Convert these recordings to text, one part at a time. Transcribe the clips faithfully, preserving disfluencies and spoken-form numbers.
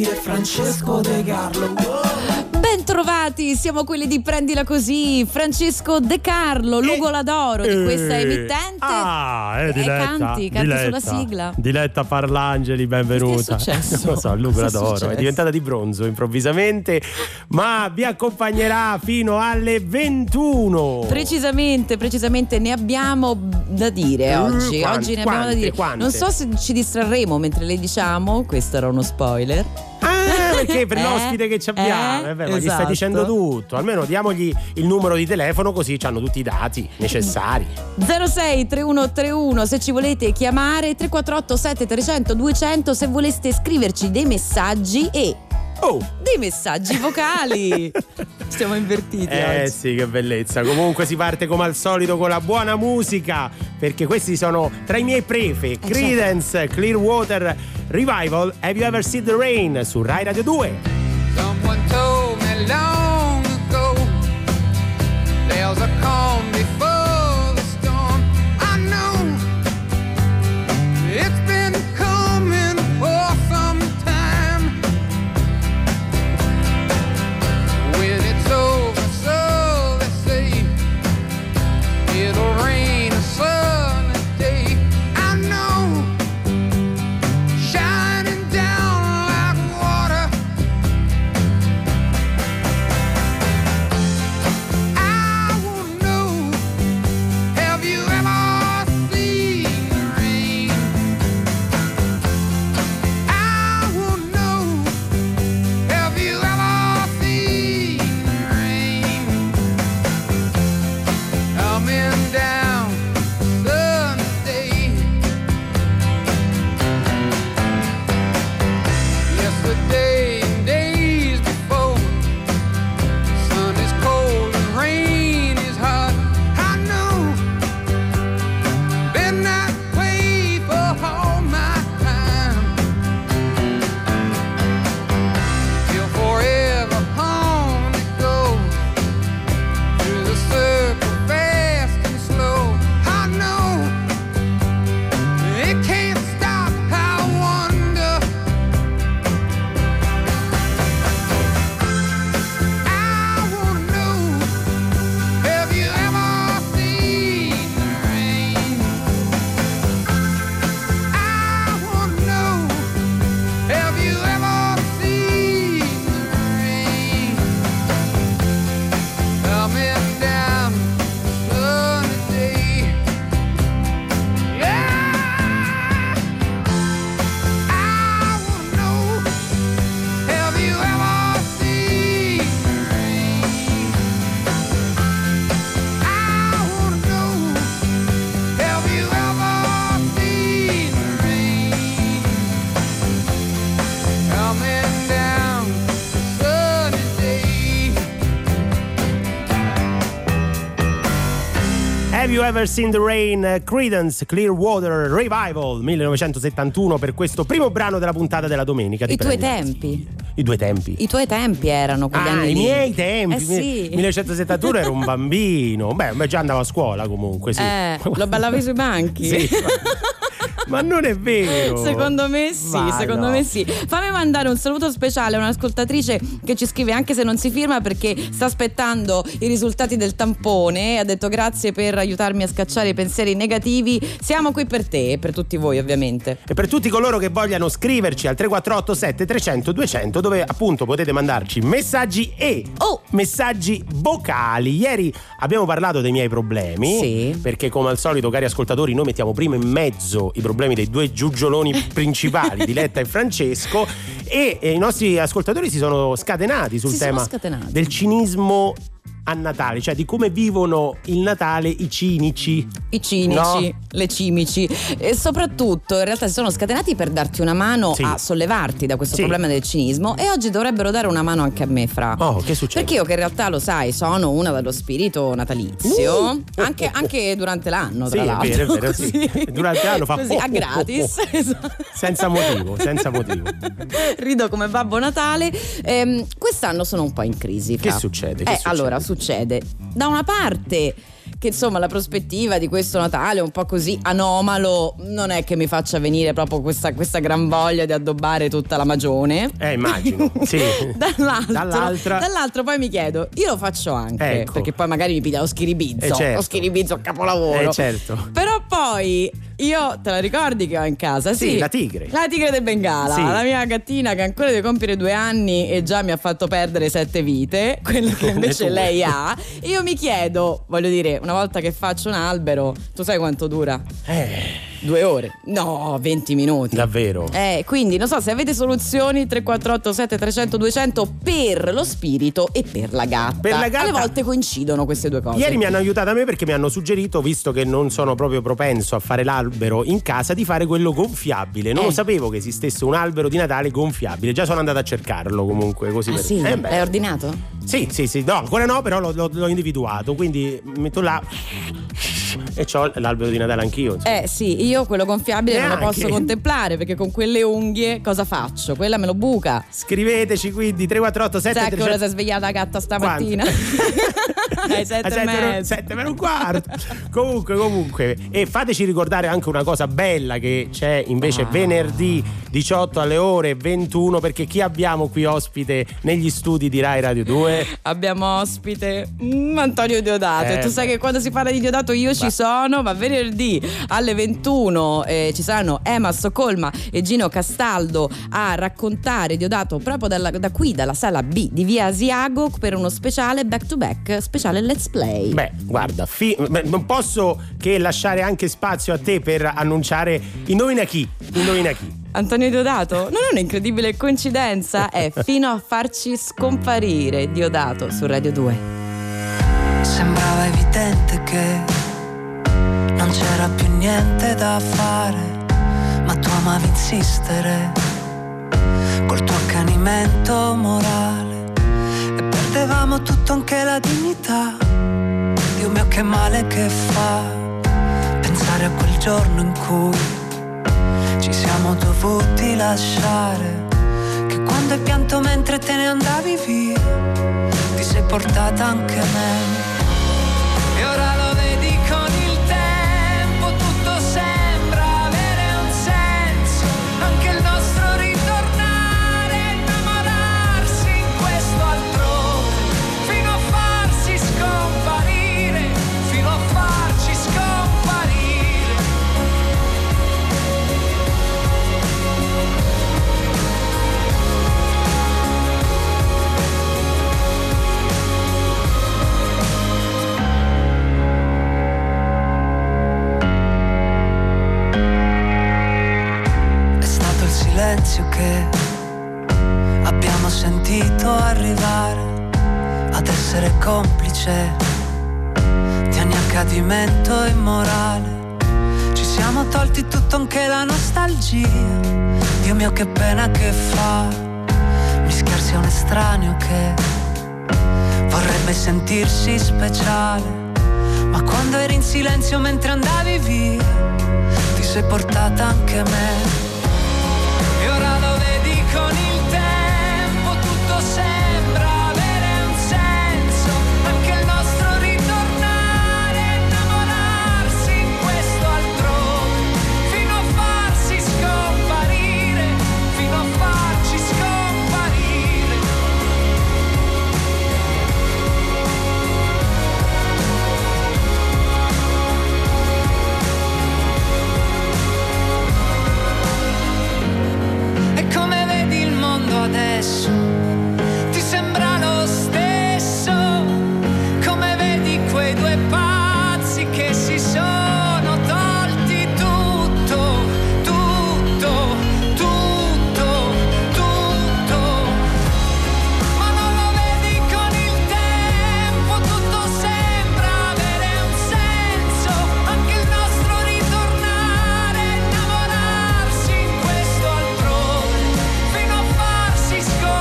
e Francesco De Carlo. Ben trovati, siamo quelli di Prendila Così, Francesco De Carlo, l'ugola d'oro di questa emittente. Ah, è Diletta. Eh, canti, canti Diletta, sulla sigla. Diletta Parlangeli, benvenuta. Che è successo? Non lo so, l'ugola Che è d'oro, successo? è diventata di bronzo improvvisamente, ma vi accompagnerà fino alle ventuno. Precisamente, precisamente ne abbiamo da dire oggi. Quante, oggi ne abbiamo quante, da dire. quante? Non so se ci distrarremo mentre le diciamo, questo era uno spoiler. Ah, perché per Eh, l'ospite che ci abbiamo, eh, eh, beh, ma gli esatto. stai dicendo tutto. Almeno diamogli il numero di telefono, così hanno tutti i dati necessari. zero sei tre uno tre uno se ci volete chiamare, tre quattro otto sette tre zero zero due zero zero se voleste scriverci dei messaggi e Oh! dei messaggi vocali. Stiamo invertiti Eh oggi. sì, che bellezza. Comunque si parte come al solito con la buona musica, perché questi sono tra i miei prefe. Creedence, Clearwater Revival, Have You Ever Seen the Rain su Rai Radio due. Someone told me long ago there's a calm before the storm. I know it's been coming for some time. When it's over, so they say, it'll rain a sunny day. I know, shining down like water. I wanna know, have you ever seen the rain? I wanna know, have you ever seen the rain? Coming down Sunday. Yesterday and days before, sun is cold and rain is hot. I know, been that way for all my time. Till forever on it goes, through the circle fast and slow. I know, it can't stop. I wonder, I wanna know, have you ever seen the rain? I wanna know, have you ever seen the rain? Coming down sunny day. Yeah, I wanna know, have you ever seen the rain? I wanna know, have you ever seen the rain? Coming down sunny day. Have You Ever Seen the Rain? Creedence, Clearwater Revival millenovecentosettantuno, per questo primo brano della puntata della domenica. I Ti tuoi prendi? tempi. I due tempi. I tuoi tempi erano quegli Ah, anni i lì. miei tempi. Eh sì. millenovecentosettantuno ero un bambino. Beh, beh, già andavo a scuola comunque, sì. Eh, lo ballavi sui banchi? Sì. Ma non è vero. Secondo me sì, Ma secondo no. me sì. Fammi mandare un saluto speciale a un'ascoltatrice che ci scrive anche se non si firma, perché sta aspettando i risultati del tampone. Ha detto: grazie per aiutarmi a scacciare i pensieri negativi. Siamo qui per te e per tutti voi, ovviamente. E per tutti coloro che vogliano scriverci al tre quattro otto sette tre zero zero due zero zero, dove appunto potete mandarci messaggi e Oh! messaggi vocali. Ieri abbiamo parlato dei miei problemi, Sì. perché come al solito, cari ascoltatori, noi mettiamo prima in mezzo i problemi dei due giugioloni principali, Diletta e Francesco, e, e i nostri ascoltatori si sono scatenati sul Si sono tema scatenati. del cinismo a Natale, cioè di come vivono il Natale i cinici. I cinici, No. le cimici, e soprattutto in realtà si sono scatenati per darti una mano Sì. a sollevarti da questo Sì. problema del cinismo, e oggi dovrebbero dare una mano anche a me, Fra. Oh, che succede? Perché io, che in realtà lo sai, sono una dello spirito natalizio, Uh! anche, anche durante l'anno, Sì, tra è l'altro. vero, è vero, sì. Così. Durante l'anno fa così oh, a oh, gratis. oh, oh. Esatto. Senza motivo, senza motivo. Rido come Babbo Natale. Ehm, quest'anno sono un po' in crisi, Fra. Che succede? Che eh, succede? allora succede da una parte che insomma la prospettiva di questo Natale un po' così anomalo non è che mi faccia venire proprio questa, questa gran voglia di addobbare tutta la magione. Eh, immagino, sì. Dall'altro, Dall'altra. dall'altro poi mi chiedo, io lo faccio anche, Ecco. perché poi magari mi piglia lo schiribizzo, Eh, certo. lo schiribizzo capolavoro. Eh, certo. Però poi io, te la ricordi che ho in casa? Sì, la tigre. La tigre del Bengala, Sì. la mia gattina che ancora deve compiere due anni e già mi ha fatto perdere sette vite, quelle che invece tue. lei ha. E io mi chiedo, voglio dire, una volta che faccio un albero, tu sai quanto dura? Eh, Due ore? No, venti minuti. davvero. Eh, quindi non so se avete soluzioni. Tre quattro otto sette trecento duecento per lo spirito e per la gatta. Per la gatta- Alle volte coincidono queste due cose. Ieri mi hanno aiutato a me perché mi hanno suggerito, visto che non sono proprio propenso a fare l'albero in casa, di fare quello gonfiabile. Non Eh. lo sapevo che esistesse un albero di Natale gonfiabile. Già sono andato a cercarlo comunque così. Ah per... sì? Eh, beh. L'hai ordinato? Sì, sì, sì, no, ancora no, però l'ho, l'ho- l'ho individuato, quindi metto là e c'ho l'albero di Natale anch'io. insomma. Eh sì, io quello gonfiabile non lo Neanche. posso contemplare, perché con quelle unghie cosa faccio? Quella me lo buca. Scriveteci quindi tre quattro otto sette Sai che ora trecento. si è svegliata la gatta stamattina? Alle sette e mezza. sette meno un quarto. Comunque, comunque. E fateci ricordare anche una cosa bella che c'è invece Ah. venerdì diciotto alle ore ventuno, perché chi abbiamo qui ospite negli studi di Rai Radio due? Abbiamo ospite mm, Antonio Diodato. Eh, e tu sai beh. che quando si parla di Diodato io ci sono, ma venerdì alle ventuno eh, ci saranno Emma Stoccolma e Gino Castaldo a raccontare Diodato proprio dalla- da qui, dalla sala B di via Asiago, per uno speciale back to back, speciale Let's Play. Beh, guarda, fi- beh, non posso che lasciare anche spazio a te per annunciare Indovina chi? Indovina chi? Antonio Diodato? Non è un'incredibile coincidenza? È fino a farci scomparire Diodato su Radio due. Sembrava evidente che non c'era più niente da fare, ma tu amavi insistere col tuo accanimento morale e perdevamo tutto, anche la dignità. Dio mio, che male che fa pensare a quel giorno in cui ci siamo dovuti lasciare, che quando hai pianto mentre te ne andavi via ti sei portata anche me. E ora lo vedi con il tempo, tutto sembra avere un senso, anche il nostro ritornare, innamorarsi in questo altrove, fino a farsi scomparire, fino a farci scomparire. Silenzio che abbiamo sentito arrivare ad essere complice di ogni accadimento immorale. Ci siamo tolti tutto, anche la nostalgia. Dio mio, che pena che fa mischiarsi a un estraneo che vorrebbe sentirsi speciale, ma quando eri in silenzio mentre andavi via ti sei portata anche me. E ora lo vedi con il tempo, tutto sembra avere un senso, anche il nostro ritornare, innamorarsi in questo altrove, fino a farsi scomparire, fino a farci scomparire. E come vedi il mondo adesso, ti sembra lo stesso? Come vedi quei due pazzi che si sono tolti tutto, tutto, tutto, tutto? Ma non lo vedi con il tempo, tutto sembra avere un senso, anche il nostro ritornare, innamorarsi in questo altrove, fino a farsi scomparire.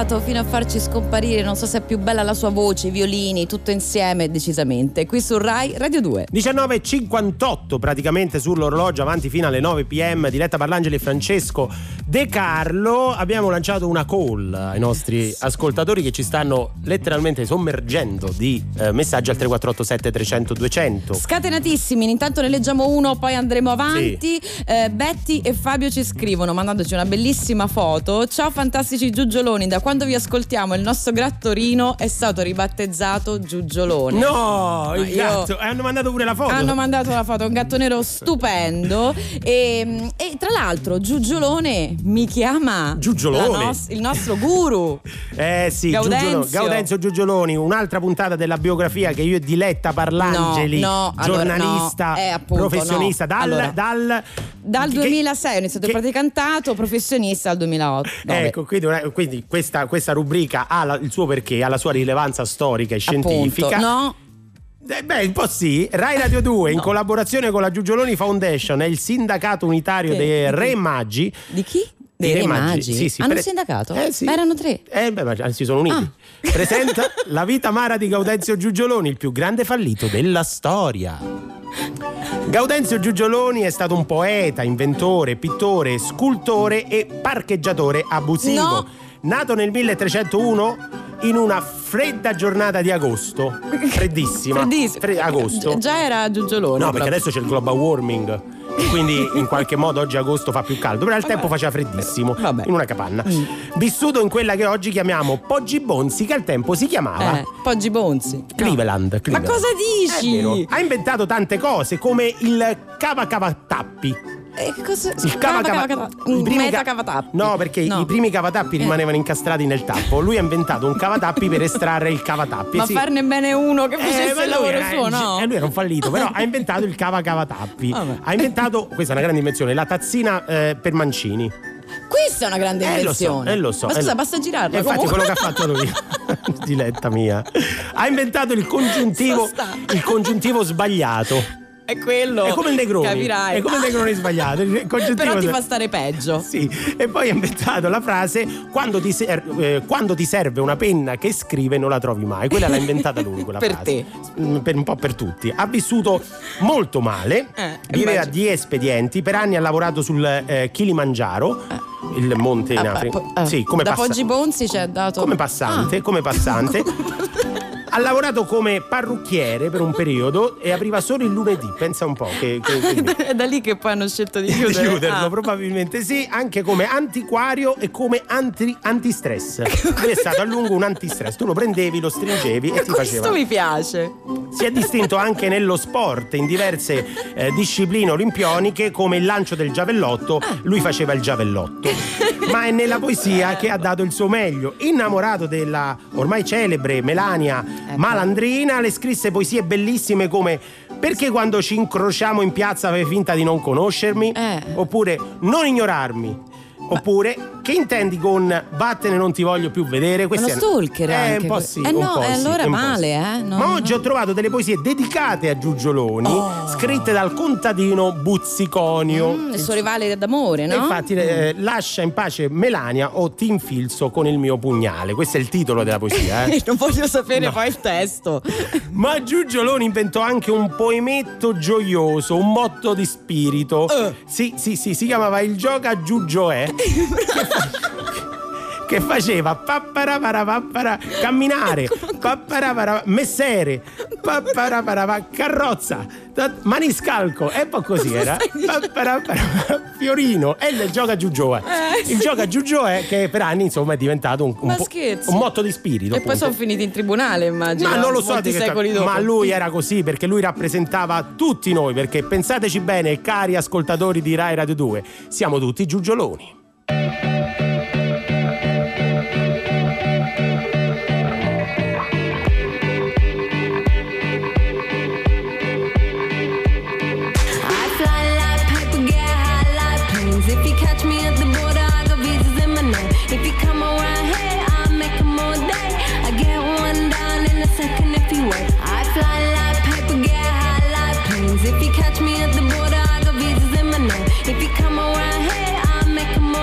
cantato fino a farci scomparire, non so se è più bella la sua voce, i violini, tutto insieme, decisamente. Qui su Rai Radio due. diciannove e cinquantotto praticamente sull'orologio, avanti fino alle nove p m. Diletta Parlangeli e Francesco De Carlo. Abbiamo lanciato una call ai nostri ascoltatori che ci stanno letteralmente sommergendo di eh, messaggi al tre quattro otto sette trecento duecento. Scatenatissimi, intanto ne leggiamo uno, poi andremo avanti. Sì. eh, Betty e Fabio ci scrivono mandandoci una bellissima foto. Ciao fantastici giugioloni, da quando vi ascoltiamo il nostro grattorino è stato ribattezzato Giugiolone. No, il io... gatto, e hanno mandato pure la foto. Hanno mandato la foto, un gatto nero stupendo. E, e tra l'altro Giugiolone mi chiama Giugiolone, nos- il nostro guru. Eh sì, Gaudenzio. Giugiolo, Gaudenzio Giugioloni, un'altra puntata della biografia che io e Diletta Parlangeli, no, no, giornalista, allora, no, eh, appunto, professionista, no. dal, Allora, dal, dal che, duemilasei ho iniziato che, a praticare cantato, professionista al duemilaotto. Ecco, quindi, quindi questa, questa rubrica ha la, il suo perché, ha la sua rilevanza storica e scientifica. Appunto, no. Eh beh, un po' sì. Rai Radio due, no. in collaborazione con la Giugioloni Foundation e il sindacato unitario che, dei Re Magi. Di chi? Dei Re Magi. Magi? Sì, sì, Hanno pre- un sindacato? Eh, sì. Erano tre. Eh beh, ma si sono uniti. Ah. Presenta La vita amara di Gaudenzio Giugioloni, il più grande fallito della storia. Gaudenzio Giugioloni è stato un poeta, inventore, pittore, scultore e parcheggiatore abusivo. No. Nato nel milletrecentouno in una fredda giornata di agosto, freddissima. Freddissimo. Fre- agosto. Gi- già era Giugiolone. No, perché proprio. adesso c'è il global warming. E quindi in qualche modo oggi agosto fa più caldo, però al tempo faceva freddissimo. Vabbè. In una capanna. Mm. Vissuto in quella che oggi chiamiamo Poggi Bonzi, che al tempo si chiamava Eh, Poggi Bonzi. Cleveland, No. Cleveland. Ma cosa dici? È vero. Ha inventato tante cose come il cava cavatappi. Eh, cosa? Il cava cava, i primi Meta ca- cavatappi. No, perché No. i primi cavatappi rimanevano incastrati nel tappo. Lui ha inventato un cavatappi per estrarre il cavatappi. Ma sì. farne bene uno che facesse ma il lui lavoro era- suo, no? eh, lui era un fallito, però ha inventato il cava cavatappi. Vabbè. Ha inventato, questa è una grande invenzione, la tazzina eh, per mancini. Questa è una grande Eh, lo so, invenzione. eh, lo so, Ma eh, scusa, lo- basta girarla. E infatti comunque. quello che ha fatto lui. Diletta mia. Ha inventato il congiuntivo, Sta- sta. il congiuntivo sbagliato. È quello. È come il Negroni. Capirai. È come il Negroni sbagliato. Il congiuntivo Però ti sbag- fa stare peggio. Sì, e poi ha inventato la frase quando ti, ser- eh, quando ti serve una penna che scrive non la trovi mai. Quella l'ha inventata lui, quella Per frase. te. Mm, per un po' per tutti. Ha vissuto molto male, Eh, viveva immagino. di espedienti, per anni ha lavorato sul eh, Kilimangiaro, il monte in Ah, Africa. po- eh, Sì, come da passa- Poggi Bonzi ci è dato. come passante, Ah. come passante. Ha lavorato come parrucchiere per un periodo e apriva solo il lunedì. Pensa un po' che, che, che- È da lì che poi hanno scelto di di chiudere. chiuderlo, Ah. probabilmente sì, anche come antiquario e come anti, antistress. Lui è stato a lungo un antistress, tu lo prendevi, lo stringevi e ti Questo faceva. mi piace. Si è distinto anche nello sport, in diverse eh, discipline olimpioniche come il lancio del giavellotto, lui faceva il giavellotto. Ma è nella poesia che ha dato il suo meglio. Innamorato della ormai celebre Melania Malandrina, le scrisse poesie bellissime come "Perché quando ci incrociamo in piazza fai finta di non conoscermi?" Eh. Oppure "Non ignorarmi." Oppure "Che intendi con vattene non ti voglio più vedere?" Uno Questi stalker eh, anche. un po' sì, Eh un no, po' e sì, allora un po' male, sì. eh? No, Ma no, oggi no. ho trovato delle poesie dedicate a Giugioloni, Oh. scritte dal contadino Buzziconio. Mm, il suo rivale d'amore, E no? infatti eh, "Lascia in pace Melania o ti infilzo con il mio pugnale". Questo è il titolo della poesia, eh. Non voglio sapere No. poi il testo. Ma Giugioloni inventò anche un poemetto gioioso, un motto di spirito. Eh. Sì, sì, sì, si chiamava Il gioca Giugioè. Che faceva papparaparapapara camminare, papparaparapa messere, papparaparapa carrozza, ta- maniscalco, e poi così era. Papparaparapa fiorino, e il gioca Giugioè. Eh, sì. Il gioca Giugioè che per anni insomma è diventato un, un, Ma po- scherzi. un motto di spirito. E poi appunto. sono finiti in tribunale, immagino. Ma non lo so, molti di che- secoli dopo. ma lui era così perché lui rappresentava tutti noi, perché pensateci bene, cari ascoltatori di Rai Radio due, siamo tutti Giugioloni. I fly like paper, get high like planes. If you catch me at the border, I got visas in my name. If you come around here, I'll make them all day. I get one down in a second if you wait. I fly like paper, get high like planes. If you catch me at the border, I got visas in my name. If you come around here, I'll make them all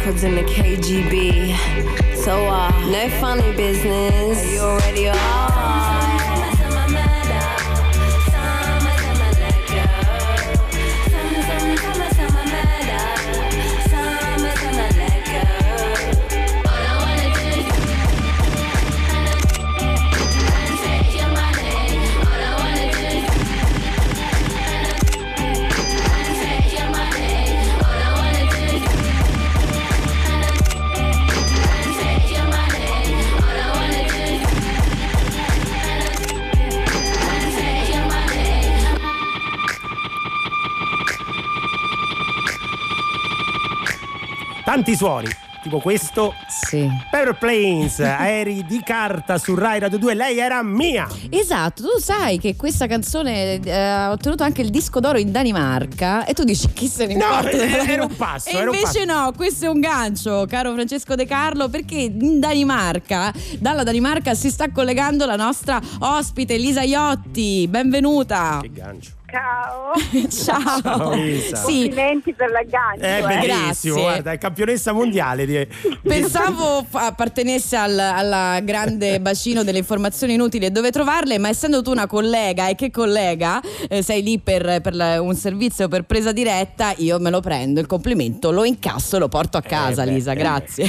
records in the K G B. So, uh, no funny business. You already are. Tanti suoni, tipo questo. Sì. Paper Planes, aerei di carta su Rai Radio due, lei era mia. Esatto, tu sai che questa canzone eh, ha ottenuto anche il disco d'oro in Danimarca e tu dici chi se ne No, importa? era- era un passo, E era un invece no, questo è un gancio, caro Francesco De Carlo, perché in Danimarca, dalla Danimarca si sta collegando la nostra ospite Lisa Iotti. Benvenuta. Che gancio. Ciao. Ciao. Ciao, Lisa. Sì, Complimenti per l'aggancio. È eh. bellissimo, Grazie. guarda, è campionessa mondiale di... pensavo fa- appartenesse al alla grande bacino delle informazioni inutili e dove trovarle, ma essendo tu una collega, e che collega, eh, sei lì per, per la- un servizio per presa diretta, io me lo prendo, il complimento, lo incasso e lo porto a casa, beh, Lisa, eh grazie.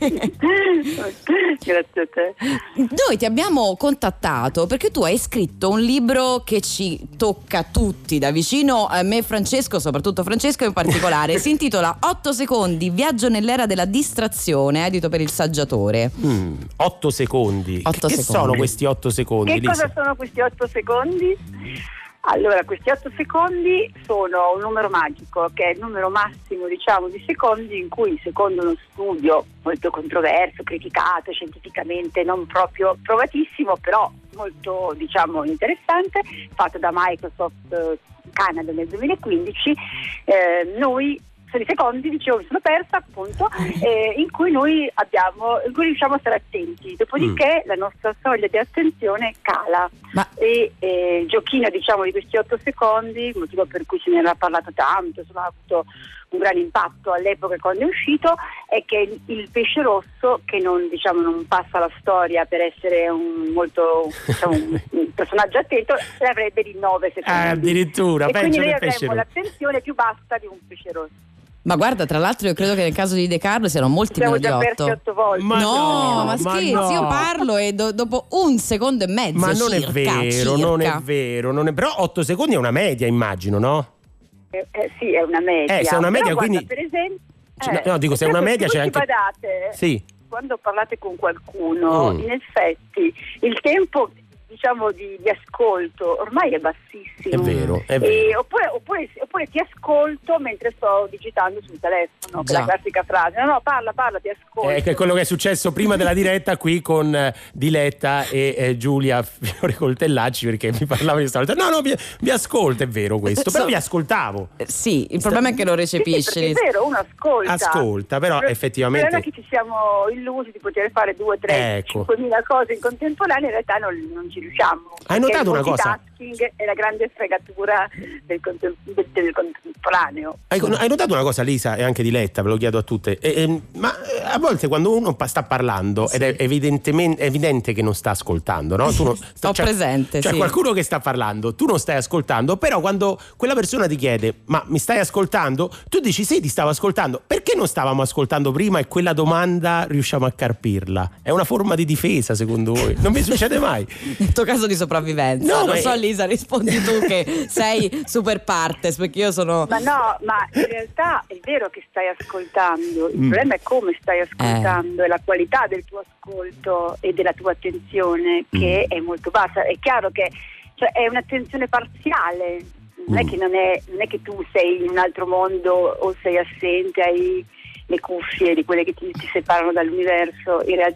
Grazie a te. Noi ti abbiamo contattato perché tu hai scritto un libro che ci tocca tutti da vicino, a me e Francesco, soprattutto Francesco in particolare. Si intitola otto secondi, viaggio nell'era della distrazione, edito per Il Saggiatore. Mm, otto secondi. Otto che secondi. sono questi otto secondi, Che Lisa? cosa sono questi otto secondi? Allora, questi otto secondi sono un numero magico, che è il numero massimo, diciamo, di secondi in cui, secondo uno studio molto controverso, criticato scientificamente, non proprio provatissimo, però molto, diciamo, interessante, fatto da Microsoft eh, Canada nel duemilaquindici, eh, noi sono i secondi, dicevo, mi sono persa appunto, eh, in cui noi abbiamo, in cui riusciamo a stare attenti, dopodiché mm. la nostra soglia di attenzione cala. Ma E eh, il giochino, diciamo, di questi otto secondi, il motivo per cui se ne era parlato tanto, insomma, ha avuto un gran impatto all'epoca quando è uscito, è che il, il pesce rosso, che non, diciamo, non passa la storia per essere un molto, diciamo, un, un personaggio attento, se avrebbe di nove secondi. Eh, addirittura, e quindi peggio noi del pesce avremmo rosso. l'attenzione più bassa di un pesce rosso. Ma guarda, tra l'altro io credo che nel caso di De Carlo siano molti Siamo meno già di persi otto. otto volte. Ma no, no, ma ma scherzi, no. io parlo e do- dopo un secondo e mezzo Ma non circa, è vero, circa. non è vero, non è... però otto secondi è una media, immagino, no? Eh, eh, sì, è una media. Eh, se è una media, Però, guarda, quindi- per esempio, Cioè, no, no, dico, se è una però media se c'è voi ci anche- badate, Sì. quando parlate con qualcuno, Mm. in effetti il tempo, diciamo, di, di ascolto ormai è bassissimo. È vero, è E, vero. oppure, oppure, oppure ti ascolto mentre sto digitando sul telefono, che è Già. la classica frase. No, no, parla, parla, ti ascolto. Eh, che è quello che è successo prima della diretta qui con eh, Diletta e eh, Giulia Fiore Coltellacci, perché mi parlava di questa volta. No, no, vi, vi ascolto, è vero questo, però So- vi ascoltavo. Eh, Sì, il problema è che lo Sì, sì, recepisci. perché è vero, uno ascolta. Ascolta, però Il effettivamente... problema è che ci siamo illusi di poter fare due, tre, Ecco. cinquemila cose in contemporanea, in realtà non, non ci riusciamo. Hai Perché notato il una cosa? multitasking è la grande fregatura del, contem- del- del contemporaneo. Hai, hai notato una cosa, Lisa, e anche Diletta, ve lo chiedo a tutte, eh, eh, ma eh, a volte quando uno pa- sta parlando ed è evidentemente è evidente che non sta ascoltando, no? Tu non, Ho presente, Cioè sì. qualcuno che sta parlando, tu non stai ascoltando, però quando quella persona ti chiede ma mi stai ascoltando? Tu dici sì, ti stavo ascoltando. Perché non stavamo ascoltando prima e quella domanda riusciamo a carpirla? È una forma di difesa secondo voi? Non mi succede mai? Nel tuo caso di sopravvivenza. No, non ma è- so, Lisa, rispondi tu che sei super partes, perché io sono... Ma no, ma in realtà è vero che stai ascoltando, il Mm. problema è come stai ascoltando, è la qualità del tuo ascolto e della tua attenzione che è molto bassa. È chiaro che, cioè, è un'attenzione parziale, non è Mm. che non è, non è che tu sei in un altro mondo o sei assente, hai le cuffie di quelle che ti, ti separano dall'universo. In realtà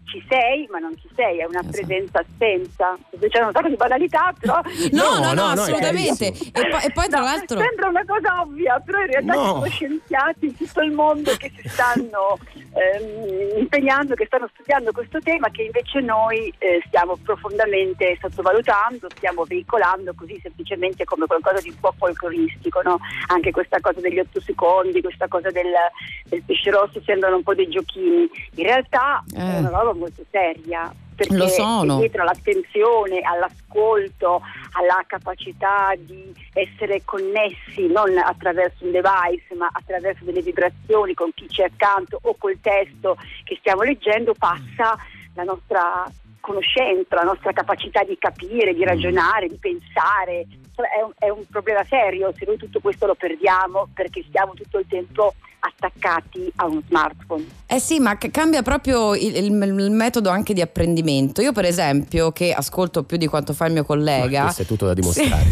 ci sei ma non ci sei, è una esatto. presenza assenza. C'è un sacco di banalità, però no, no, no, no, no, assolutamente. E poi, e poi tra no, l'altro sembra una cosa ovvia, però in realtà No. ci sono scienziati in tutto il mondo che si stanno ehm, impegnando, che stanno studiando questo tema, che invece noi eh, stiamo profondamente sottovalutando, stiamo veicolando così semplicemente come qualcosa di un po' folcloristico, no? Anche questa cosa degli otto secondi, questa cosa del, del pesce rosso sembrano un po' dei giochini. In realtà Eh. è una roba molto seria, perché Lo sono. dietro all'attenzione, all'ascolto, alla capacità di essere connessi non attraverso un device ma attraverso delle vibrazioni con chi c'è accanto o col testo che stiamo leggendo, passa la nostra conoscenza, la nostra capacità di capire, di ragionare, di pensare. È un, è un problema serio se noi tutto questo lo perdiamo perché stiamo tutto il tempo attaccati a uno smartphone. Eh sì, ma c- cambia proprio il, il- il metodo anche di apprendimento. Io per esempio, che ascolto più di quanto fa il mio collega, Ma questo è tutto da dimostrare.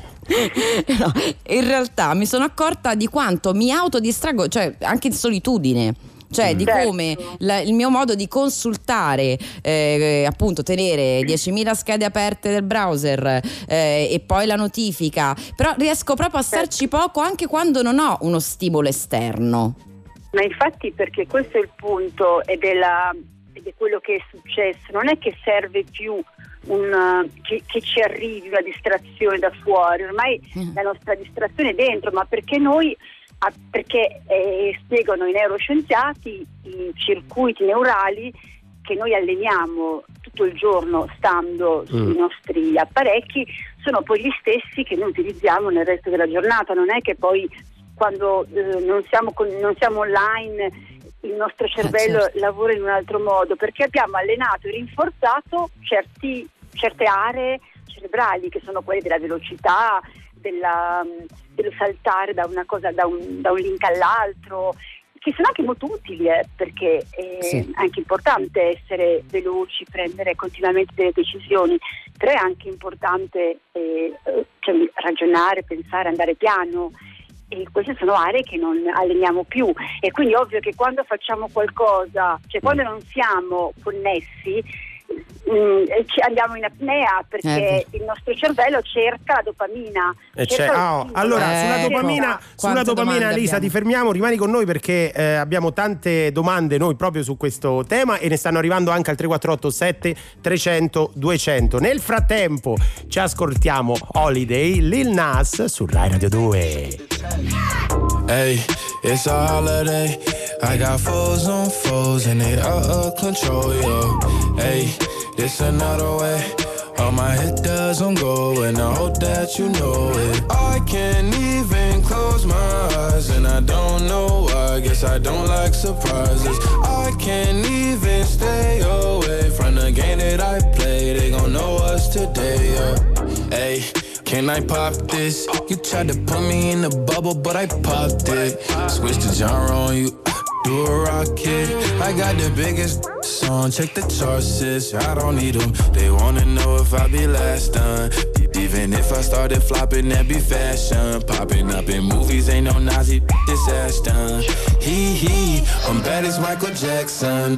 no, in realtà mi sono accorta di quanto mi autodistraggo, cioè anche in solitudine. Cioè di Certo. come la- il mio modo di consultare, eh, appunto tenere diecimila schede aperte del browser eh, e poi la notifica, però riesco proprio a starci poco anche quando non ho uno stimolo esterno. Ma infatti, perché questo è il punto ed è, la, ed è quello che è successo. Non è che serve più un, che, che ci arrivi una distrazione da fuori, ormai Mm. la nostra distrazione è dentro, ma perché noi ah, perché eh, spiegano i neuroscienziati i circuiti neurali che noi alleniamo tutto il giorno stando sui Mm. nostri apparecchi sono poi gli stessi che noi utilizziamo nel resto della giornata. Non è che poi quando eh, non siamo con, non siamo online il nostro cervello certo. lavora in un altro modo, perché abbiamo allenato e rinforzato certi, certe aree cerebrali che sono quelle della velocità, della, dello saltare da una cosa, da un, da un link all'altro, che sono anche molto utili, eh, perché è Sì. anche importante essere veloci, prendere continuamente delle decisioni, però è anche importante eh, cioè, ragionare, pensare, andare piano. E queste sono aree che non alleniamo più, e quindi è ovvio che quando facciamo qualcosa, cioè quando non siamo connessi, mh, ci andiamo in apnea, perché Eh. il nostro cervello cerca la dopamina. E cerca c'è- lo ah, stimolo. allora sulla Ecco. dopamina, Quante sulla dopamina domande Lisa abbiamo? ti fermiamo, rimani con noi perché eh, abbiamo tante domande noi proprio su questo tema e ne stanno arrivando anche al tre quattro otto sette trecento duecento. Nel frattempo ci ascoltiamo Holiday, Lil Nas su Rai Radio due. Hey, it's a holiday. I got foes on foes and they out of control, yo. Hey, this another way. All my hit doesn't go and I hope that you know it. I can't even close my eyes and I don't know why. Guess I don't like surprises. I can't even stay away from the game that I play. They gon' know us today, yeah. Hey, can I pop this? You tried to put me in the bubble, but I popped it. Switch the genre on you, do a rocket. I got the biggest song, check the charts, sis. I don't need them. They wanna know if I be last done. Even if I started flopping, that'd be fashion. Popping up in movies, ain't no Nazi, this ass done. Hee hee, I'm bad as Michael Jackson.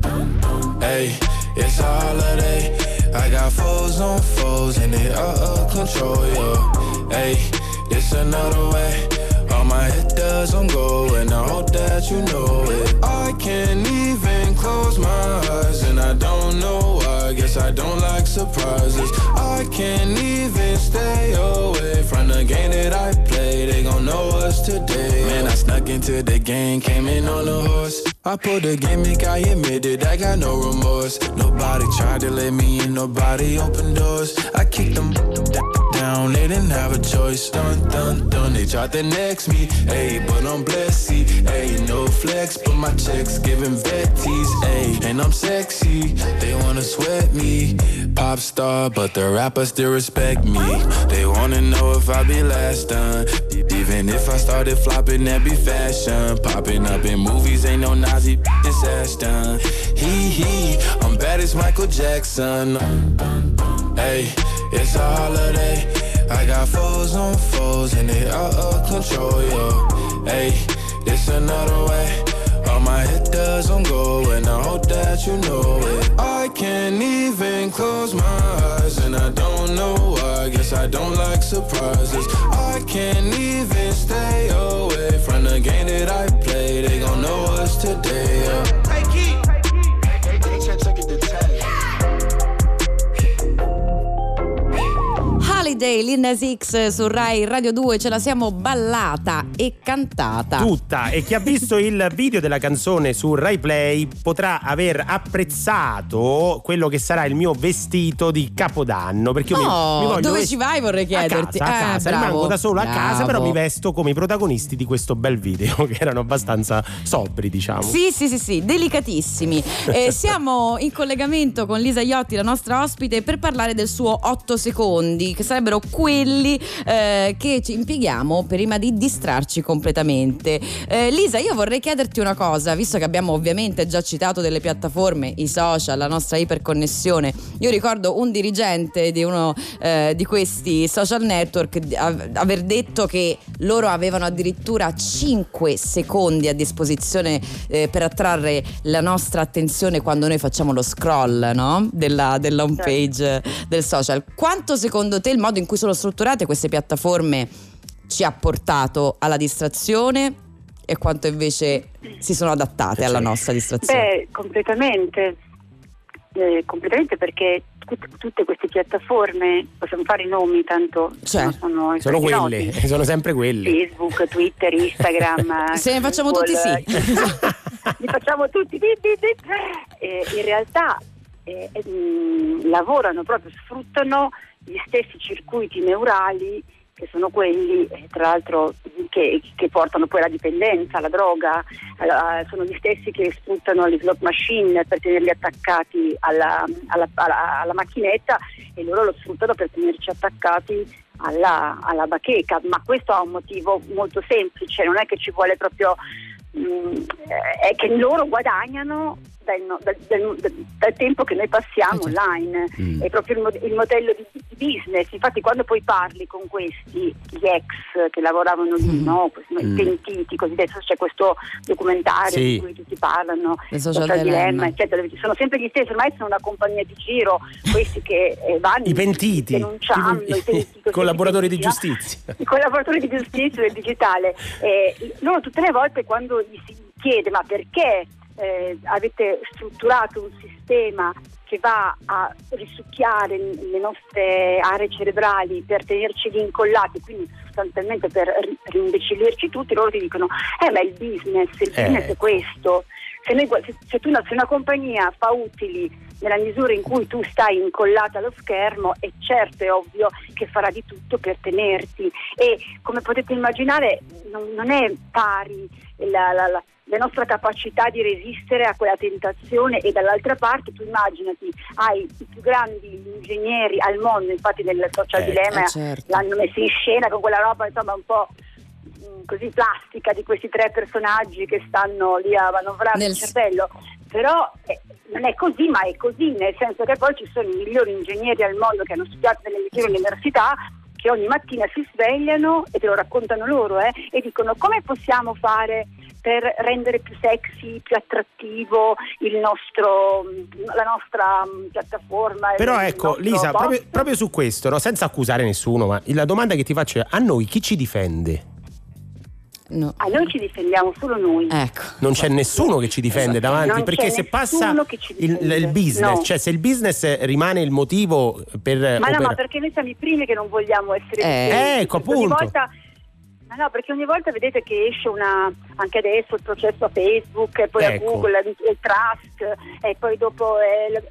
Hey, it's a holiday. I got foes on foes and they out of control, yo. Hey, this another way. All my hit doesn't go and I hope that you know it. I can't even close my eyes and I don't know why. Guess I don't like surprises. I can't even stay away from the game that I play. They gon' know us today. Man, I snuck into the game, came in on a horse. I pulled the gimmick, I admit it, I got no remorse. Nobody tried to let me in, nobody opened doors. I kicked them down, they didn't have a choice. Dun, dun, dun, they tried to next me. Ayy, but I'm blessed, ayy, no flex, but my checks giving vetties, ayy. And I'm sexy, they wanna sweat me. Pop star, but the rappers still respect me. They wanna know if I be last done. Even if I started flopping, that be fashion. Popping up in movies, ain't no Nazi, this ass done. Hee hee, I'm bad as Michael Jackson. Hey, it's a holiday. I got foes on foes and they out of control, yo. Hey, this another way. All my hit does on go, and I hope that you know it. I can't even close my eyes, and I don't know why. I guess I don't like surprises. I can't even stay away from the game that I play. They gon' know us today, yeah. Holiday, Lil Nas X su Rai Radio due, ce la siamo ballata e cantata tutta, e chi ha visto il video della canzone su Rai Play potrà aver apprezzato quello che sarà il mio vestito di Capodanno, perché io oh, mi, mi voglio dove vest- ci vai vorrei chiederti. a casa, a eh, casa. bravo, rimango da solo bravo. a casa, però mi vesto come i protagonisti di questo bel video che erano abbastanza sobri, diciamo. Sì, sì, sì, sì, delicatissimi. Eh, siamo in collegamento con Lisa Iotti, la nostra ospite, per parlare del suo otto secondi, che sarebbero quelli eh, che ci impieghiamo prima di distrarci completamente. Eh, Lisa, io vorrei chiederti una cosa, visto che abbiamo ovviamente già citato delle piattaforme, i social, la nostra iperconnessione. Io ricordo un dirigente di uno eh, di questi social network aver detto che loro avevano addirittura cinque secondi a disposizione eh, per attrarre la nostra attenzione quando noi facciamo lo scroll, no? della, della home page del social. Quanto secondo te il modo in cui sono strutturate queste piattaforme ci ha portato alla distrazione e quanto invece si sono adattate alla nostra distrazione? Beh, completamente, eh, completamente perché tut- tutte queste piattaforme, possiamo fare i nomi, tanto Cioè, sono, Sono quelle, noti. sono sempre quelle. Facebook, Twitter, Instagram. Se ne facciamo tutti, sì. Li facciamo tutti. Di, di, di. Eh, in realtà eh, eh, mh, lavorano proprio, sfruttano gli stessi circuiti neurali che sono quelli, eh, tra l'altro, che, che portano poi alla dipendenza, alla droga. Allora, sono gli stessi che sfruttano le slot machine per tenerli attaccati alla, alla, alla, alla macchinetta, e loro lo sfruttano per tenerci attaccati alla, alla bacheca. Ma questo ha un motivo molto semplice, non è che ci vuole proprio mh, è che loro guadagnano dal, dal, dal, dal tempo che noi passiamo online. Mm. È proprio il, mod- il modello di, di business. Infatti quando poi parli con questi, gli ex che lavoravano lì, mm. no? Questi, mm. i pentiti cosiddetti, c'è questo documentario sì. in cui tutti parlano il social dilemma, dilemma, eccetera. Sono sempre gli stessi, ormai sono una compagnia di giro, questi che eh, vanno i pentiti, denunciando i, pentiti, i collaboratori di pentiti, giustizia no? I collaboratori di giustizia del digitale. Eh, loro tutte le volte, quando gli si chiede ma perché Eh, avete strutturato un sistema che va a risucchiare le nostre aree cerebrali per tenerci lì incollati, quindi sostanzialmente per rimbecillirci tutti, loro ti dicono eh ma il business, il eh. business è questo. Se, noi, se, se, tu, se una compagnia fa utili nella misura in cui tu stai incollata allo schermo, è certo, è ovvio che farà di tutto per tenerti, e come potete immaginare non, non è pari la, la, la la nostra capacità di resistere a quella tentazione, e dall'altra parte tu immaginati, hai i più grandi ingegneri al mondo, infatti nel social eh, dilemma eh, certo. l'hanno messo in scena con quella roba insomma un po' mh, così plastica di questi tre personaggi che stanno lì a manovrare nel il cervello, però eh, non è così, ma è così, nel senso che poi ci sono i migliori ingegneri al mondo che hanno studiato nelle migliori università, che ogni mattina si svegliano e te lo raccontano loro eh, e dicono come possiamo fare per rendere più sexy, più attrattivo il nostro, la nostra piattaforma. Però il ecco Lisa, proprio, proprio su questo, no, senza accusare nessuno, ma la domanda che ti faccio è: a noi chi ci difende? No. A noi ci difendiamo solo noi. Ecco. Non c'è nessuno che ci difende esatto. davanti, non perché se passa il, il business, no. cioè se il business rimane il motivo per... Ma no, per... ma perché noi siamo i primi che non vogliamo essere eh. difesi. Ecco, Ogni appunto. volta, ma no, perché ogni volta vedete che esce una, anche adesso il processo a Facebook, e poi ecco. a Google, il, il trust, e poi dopo eh, il,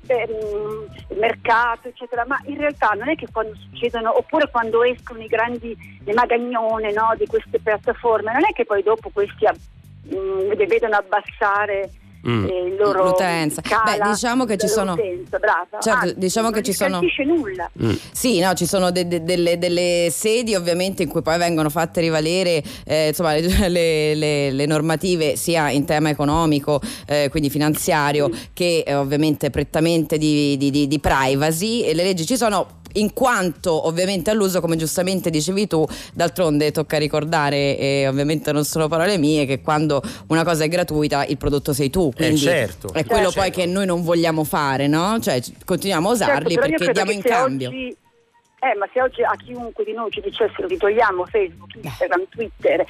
il mercato, eccetera. Ma in realtà non è che quando succedono, oppure quando escono i grandi, le magagnone, no, di queste piattaforme, non è che poi dopo questi mh, vedono abbassare Mm. il loro l'utenza. Beh, diciamo che ci sono brava. certo, Anzi, diciamo non che ci sono nulla. Mm. Sì, no, ci sono de- de- delle, delle sedi ovviamente in cui poi vengono fatte rivalere eh, insomma le, le, le normative sia in tema economico, eh, quindi finanziario, mm. che eh, ovviamente prettamente di, di, di, di privacy, e le leggi ci sono. in quanto ovviamente all'uso, come giustamente dicevi tu, d'altronde tocca ricordare, e ovviamente non sono parole mie, che quando una cosa è gratuita il prodotto sei tu, quindi eh certo, è quello certo. poi che noi non vogliamo fare, no? Cioè continuiamo a usarli, certo, però io perché credo diamo in che se cambio. Oggi, eh, ma se oggi a chiunque di noi ci dicessero ti togliamo Facebook, Instagram, Twitter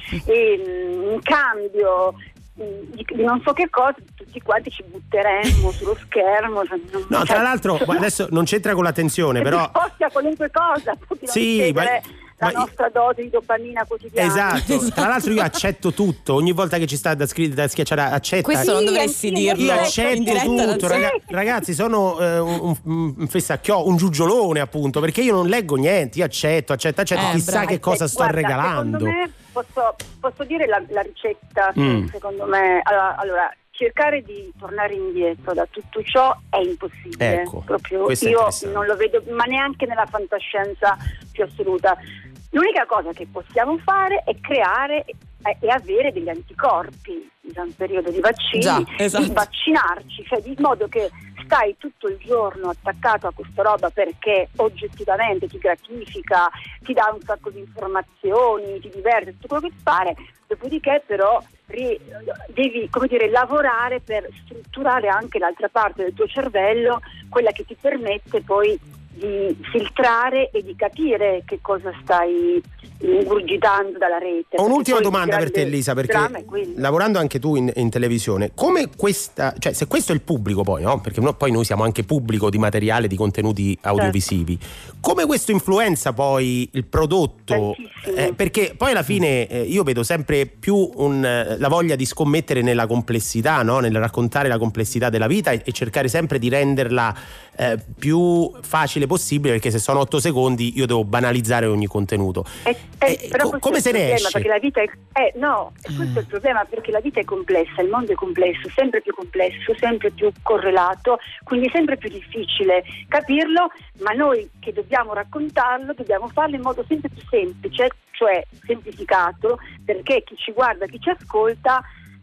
e mh, in cambio mh, di, di non so che cosa, tutti quanti ci butteremmo sullo schermo. Cioè, non, No, tra l'altro, adesso non c'entra con l'attenzione, però disposti a qualunque cosa, tutti sì, ma, la ma nostra dose di dopamina quotidiana. esatto. Esatto. Tra l'altro io accetto tutto, ogni volta che ci sta da, scri- da schiacciare accetta. Questo non Sì, dovresti anch'io, dirlo Io in accetto diretta, tutto, non so. raga- ragazzi, sono eh, un, un, un fessacchio, un giugiolone appunto, perché io non leggo niente, io accetto, accetto, accetto, Eh, chissà bravo. che cosa Eh, sto guarda, regalando. Secondo me, posso, posso dire la, la ricetta, Mm. secondo me, allora, allora, cercare di tornare indietro da tutto ciò è impossibile. Ecco, proprio questo è io interessante. non lo vedo, ma neanche nella fantascienza più assoluta. L'unica cosa che possiamo fare è creare e, e avere degli anticorpi in un periodo di vaccini, Già, esatto. di vaccinarci, cioè di modo che stai tutto il giorno attaccato a questa roba perché oggettivamente ti gratifica, ti dà un sacco di informazioni, ti diverte, tutto quello che ti pare, dopodiché però ri- devi, come dire, lavorare per strutturare anche l'altra parte del tuo cervello, quella che ti permette poi di filtrare e di capire che cosa stai ingurgitando dalla rete. Ho un'ultima Perché poi domanda il per te, grande Elisa, perché dramma è quello. lavorando anche tu in, in televisione, come questa, cioè se questo è il pubblico poi, no? Perché no, poi noi siamo anche pubblico di materiale, di contenuti audiovisivi, come questo influenza poi il prodotto? Tantissimo. Eh, perché poi alla fine eh, io vedo sempre più un, eh, la voglia di scommettere nella complessità, no? Nel raccontare la complessità della vita e, e cercare sempre di renderla eh, più facile possibile, perché se sono otto secondi io devo banalizzare ogni contenuto. Eh, eh, Eh, però co- questo come è se il ne problema, esce? perché la vita è eh, no, questo è il problema, perché la vita è complessa, il mondo è complesso, sempre più complesso, sempre più correlato, quindi sempre più difficile capirlo, ma noi che dobbiamo raccontarlo dobbiamo farlo in modo sempre più semplice, cioè semplificato, perché chi ci guarda, chi ci ascolta,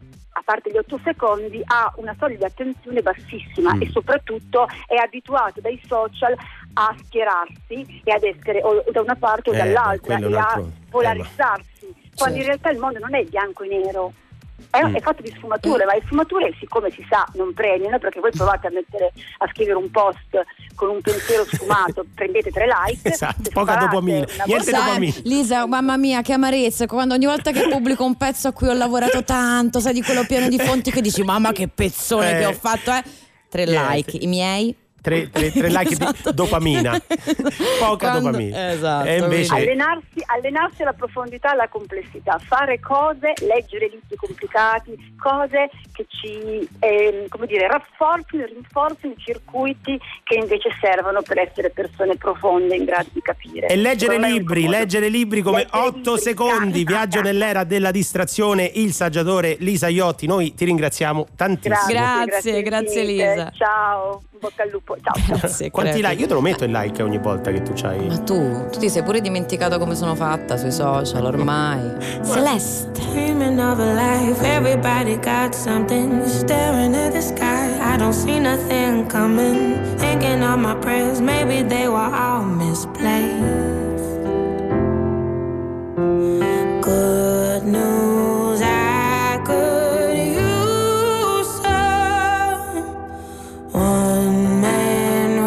a parte gli otto secondi, ha una soglia di attenzione bassissima Mm. e soprattutto è abituato dai social a schierarsi e ad essere o da una parte o Eh, dall'altra quello è e un a altro polarizzarsi, quando in Certo. realtà il mondo non è bianco e nero. È, Mm. è fatto di sfumature, ma le sfumature, siccome si sa, non premiano, perché voi provate a mettere a scrivere un post con un pensiero sfumato, prendete tre like. Esatto, se poca sparate dopamina, una niente volta- dopamina. Sai, Lisa, mamma mia, che amarezza, quando ogni volta che pubblico un pezzo a cui ho lavorato tanto, sai, di quello pieno di fonti, che dici mamma che pezzone Eh. che ho fatto, eh? Tre Niente. like, i miei. Tre, tre, tre like Esatto. di dopamina, poca Quando- dopamina. esatto, E invece quindi- Allenarsi, allenarsi alla profondità e alla complessità, fare cose, leggere libri complicati, cose che ci ehm, come dire, rafforzino e rinforzino i circuiti che invece servono per essere persone profonde in grado di capire. E leggere Secondo me è libri, un modo. leggere libri come Leggere otto libri, secondi, ah, viaggio ah, nell'era della distrazione, il saggiatore Lisa Iotti. Noi ti ringraziamo tantissimo. Grazie, Grazie, grazie, infinite. Lisa. Ciao, in bocca al lupo. Ciao. ciao. Grazie, Quanti crepi. like? Io te lo metto il like ogni volta che tu c'hai. Ma tu, tu ti sei pure dimenticato come sono fatta sui social ormai. Celeste. Dreaming of a life, everybody got something. Staring at the sky, I don't see nothing coming. Thinking of my prayers, maybe they were all misplaced. Good news, I could use some one man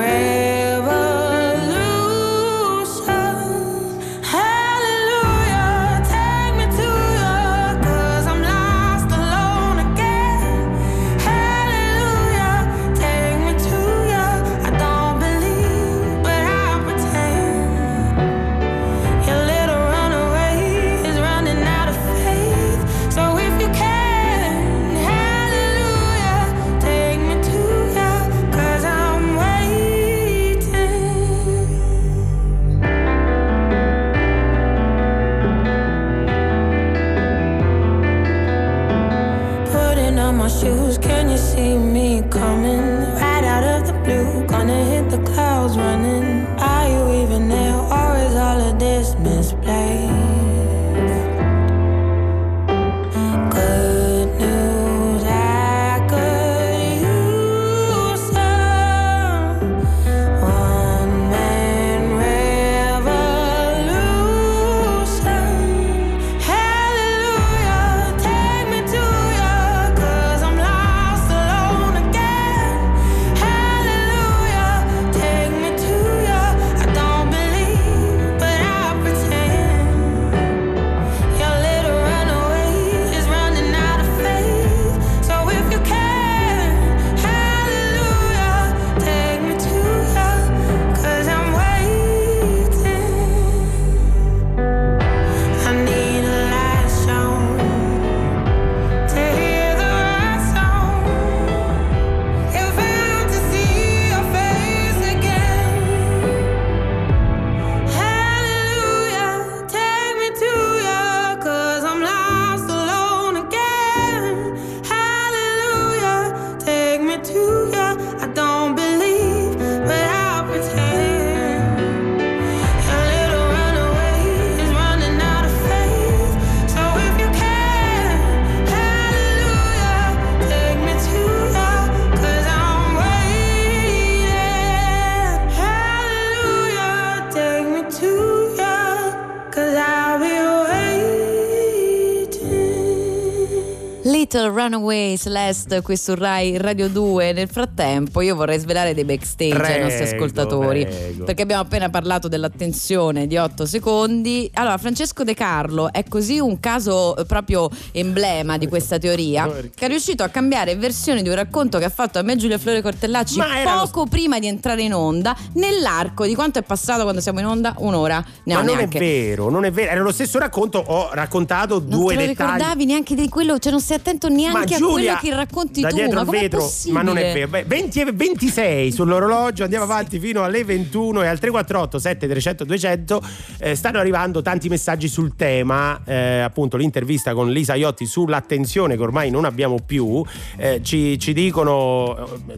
revolution. Hallelujah, take me to you, 'cause I'm lost alone again. Hallelujah, take me to you. I don't believe, but I pretend. Your little runaway is running out of faith. So if you can, hallelujah, take me to you, 'cause I'm waiting. Putting on my shoes, can you see me coming? Right out of the blue, gonna hit the clouds running. Are you even there, or is all of this misplaced? Good news, I could use some one man revolution. Little Runaway Celeste qui su Rai Radio due. Nel frattempo io vorrei svelare dei backstage prego, ai nostri ascoltatori, prego. perché abbiamo appena parlato dell'attenzione di otto secondi. Allora, Francesco De Carlo è così un caso proprio emblema di questa teoria, che è riuscito a cambiare versione di un racconto che ha fatto a me Giulia Flore Cortellacci poco lo... prima di entrare in onda, nell'arco di quanto è passato quando siamo in onda? Un'ora? No, ma non neanche. è vero, non è vero, era lo stesso racconto, ho raccontato non due te lo dettagli. ricordavi neanche di quello, cioè non stai attento neanche ma a Giulia, quello che racconti da tu, dietro ma il com'è vetro, possibile? ma non è vero. Beh, venti e ventisei sull'orologio, andiamo sì. avanti fino alle ventuno e al tre quattro otto sette trecento duecento eh, stanno arrivando tanti messaggi sul tema, eh, appunto l'intervista con Lisa Iotti sull'attenzione che ormai non abbiamo più, eh, ci, ci dicono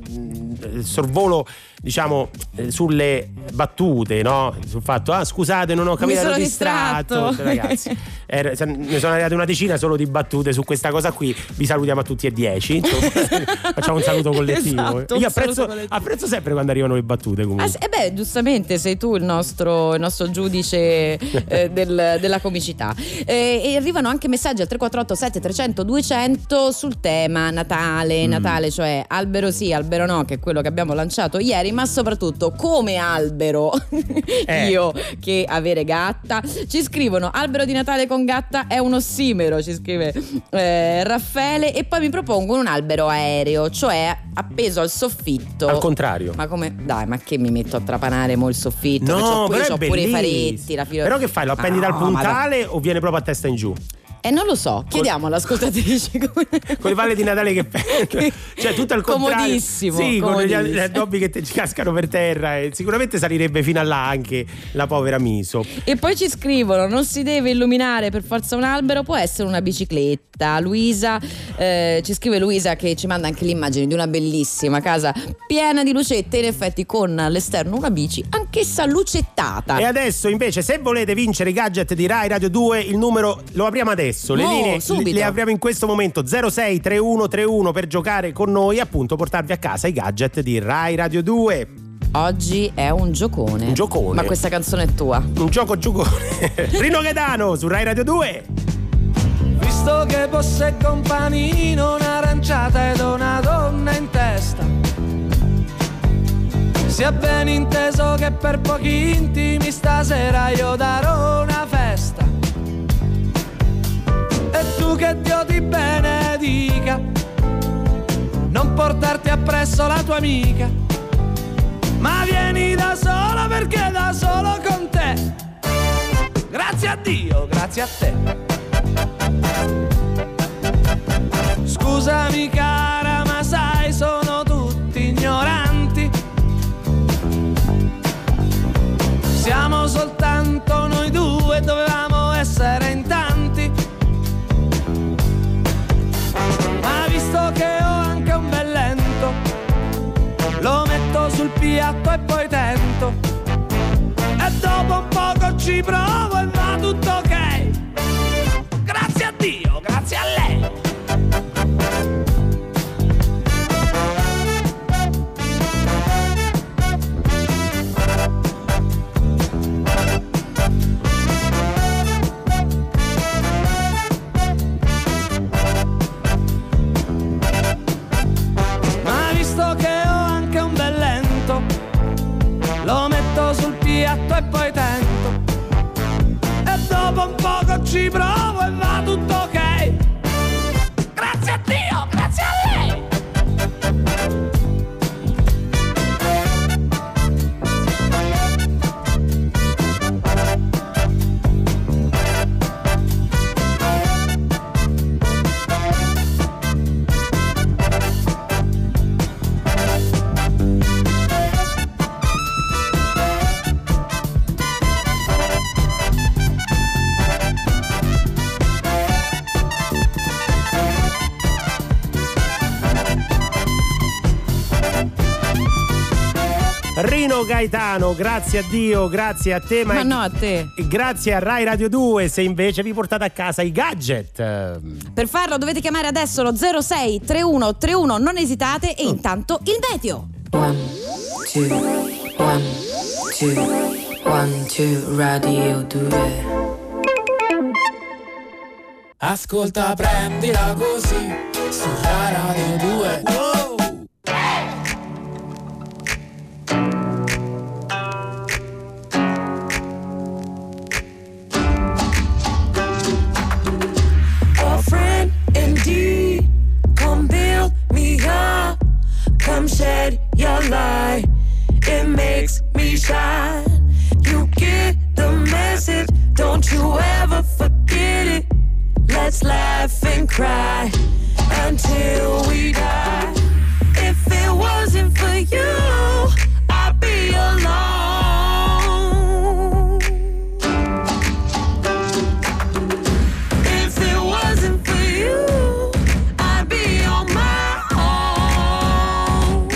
eh, sorvolo diciamo eh, sulle battute, no? Sul fatto, ah scusate non ho capito, ero ero distratto, distratto. Ragazzi, era, ne sono arrivate una decina solo di battute su questa cosa qui, vi salutiamo a tutti e dieci, insomma, facciamo un saluto collettivo. Esatto, io apprezzo, apprezzo sempre quando arrivano le battute comunque. Ah, e beh, giustamente sei tu il nostro, il nostro giudice eh, del, della comicità. Eh, e arrivano anche messaggi al tre quattro otto sette trecento duecento sul tema Natale, mm. Natale, cioè albero sì, albero no, che è quello che abbiamo lanciato ieri, ma soprattutto come albero eh. io che avere gatta. Ci scrivono albero di Natale con gatta è un ossimero, ci scrive eh, Raffaele, e poi mi propongono un albero aereo, cioè appeso al soffitto. Al contrario. Ma come? Dai, ma che mi metto a trapanare mo il soffitto? No, che c'ho, però pure, è c'ho pure i bellissimo. faretti, la filo... Però che fai? Lo appendi ah, dal puntale no, o viene proprio a testa in giù? Eh, non lo so, chiediamo all'ascoltatrice come... con le palle di Natale che pendono, cioè tutto al contrario. Comodissimo, sì, comodissimo. con gli addobbi che ti cascano per terra, e sicuramente salirebbe fino a là anche la povera Miso. E poi ci scrivono: non si deve illuminare per forza un albero, può essere una bicicletta. Luisa eh, ci scrive Luisa, che ci manda anche l'immagine di una bellissima casa piena di lucette, in effetti con all'esterno una bici anch'essa lucettata. E adesso invece, se volete vincere i gadget di Rai Radio due, il numero lo apriamo adesso. Le No, linee subito. le apriamo in questo momento, zero sei trentuno trentuno, per giocare con noi, appunto portarvi a casa i gadget di Rai Radio due. Oggi è un giocone. Un giocone. Ma questa canzone è tua. Un gioco giocone. Rino Gaetano su Rai Radio due. Visto che posseggo un panino, un'aranciata ed una donna in testa, sia ben inteso che per pochi intimi stasera io darò una festa. E tu che Dio ti benedica, non portarti appresso la tua amica, ma vieni da sola perché da solo con te. Grazie a Dio, grazie a te. Scusami cara, ma sai sono tutti ignoranti. Siamo soltanto noi due, dovevamo essere in tanti. Ma visto che ho anche un bel lento, lo metto sul piatto e poi tento. E dopo un poco ci provo e va tutto ok. Grazie a Dio, grazie a lei. Ma visto che ho anche un bel lento, lo metto sul piatto e poi tento. E dopo un poco ci provo e va tutto ok. Grazie a Dio, grazie a lei. Rino Gaetano, grazie a Dio, grazie a te, ma, Ma no, a te. Grazie a Rai Radio due se invece vi portate a casa i gadget. Per farlo dovete chiamare adesso lo zero sei trentuno trentuno, non esitate, e intanto il meteo. One, two, one, two, one, two, Radio due. Ascolta, prendila così, su Rai Radio due. A friend indeed, come build me up, come shed your light, it makes me shine. You get the message, don't you ever forget it. Let's laugh and cry until we die. If it wasn't for you, I'd be alone. If it wasn't for you, I'd be on my own.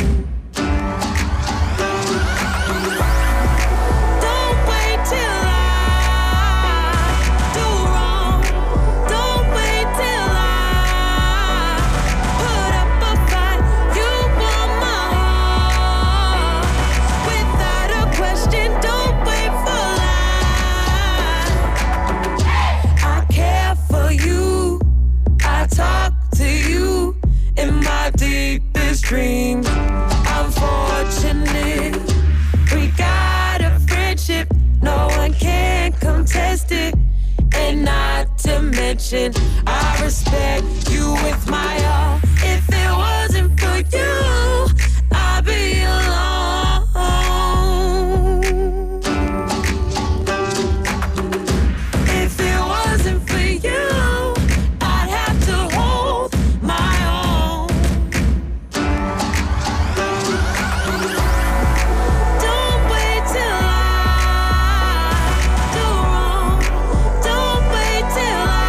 Don't wait till I do wrong. Don't wait till I put up a fight. You want my heart without a question. Don't wait for lies. I care for you. I talk to you in my deepest dreams. I'm fortunate. We got a friendship, no one can contest it. And not to mention, I respect you with my all. If it wasn't for you, I'd be alone. If it wasn't for you, I'd have to hold my own. Don't wait till I do wrong. Don't wait till I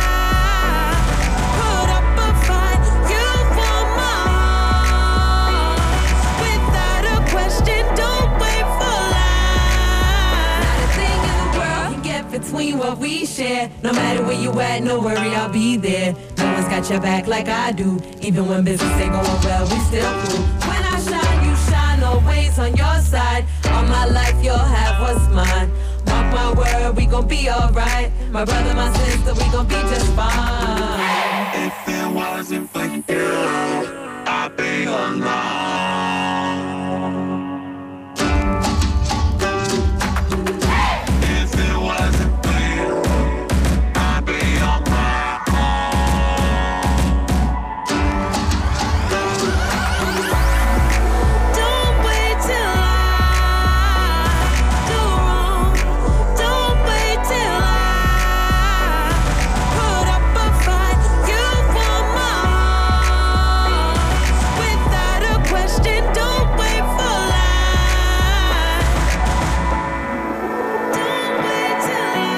put up a fight. You want my heart without a question. Don't wait for lies. Not a thing in the world can get between what we share. No matter where you at, no worry, I'll be there. No one's got your back like I do. Even when business ain't going well, we still cool. When I shine, you shine, always on your side. All my life, you'll have what's mine. Mark my word, we gon' be alright. My brother, my sister, we gon' be just fine. If it wasn't for you, I'd be alone. If it wasn't for you, I'd be on my own. Don't wait till I do wrong. Don't wait till I put up a fight. You want my heart without a question. Don't wait for lies. Don't wait till I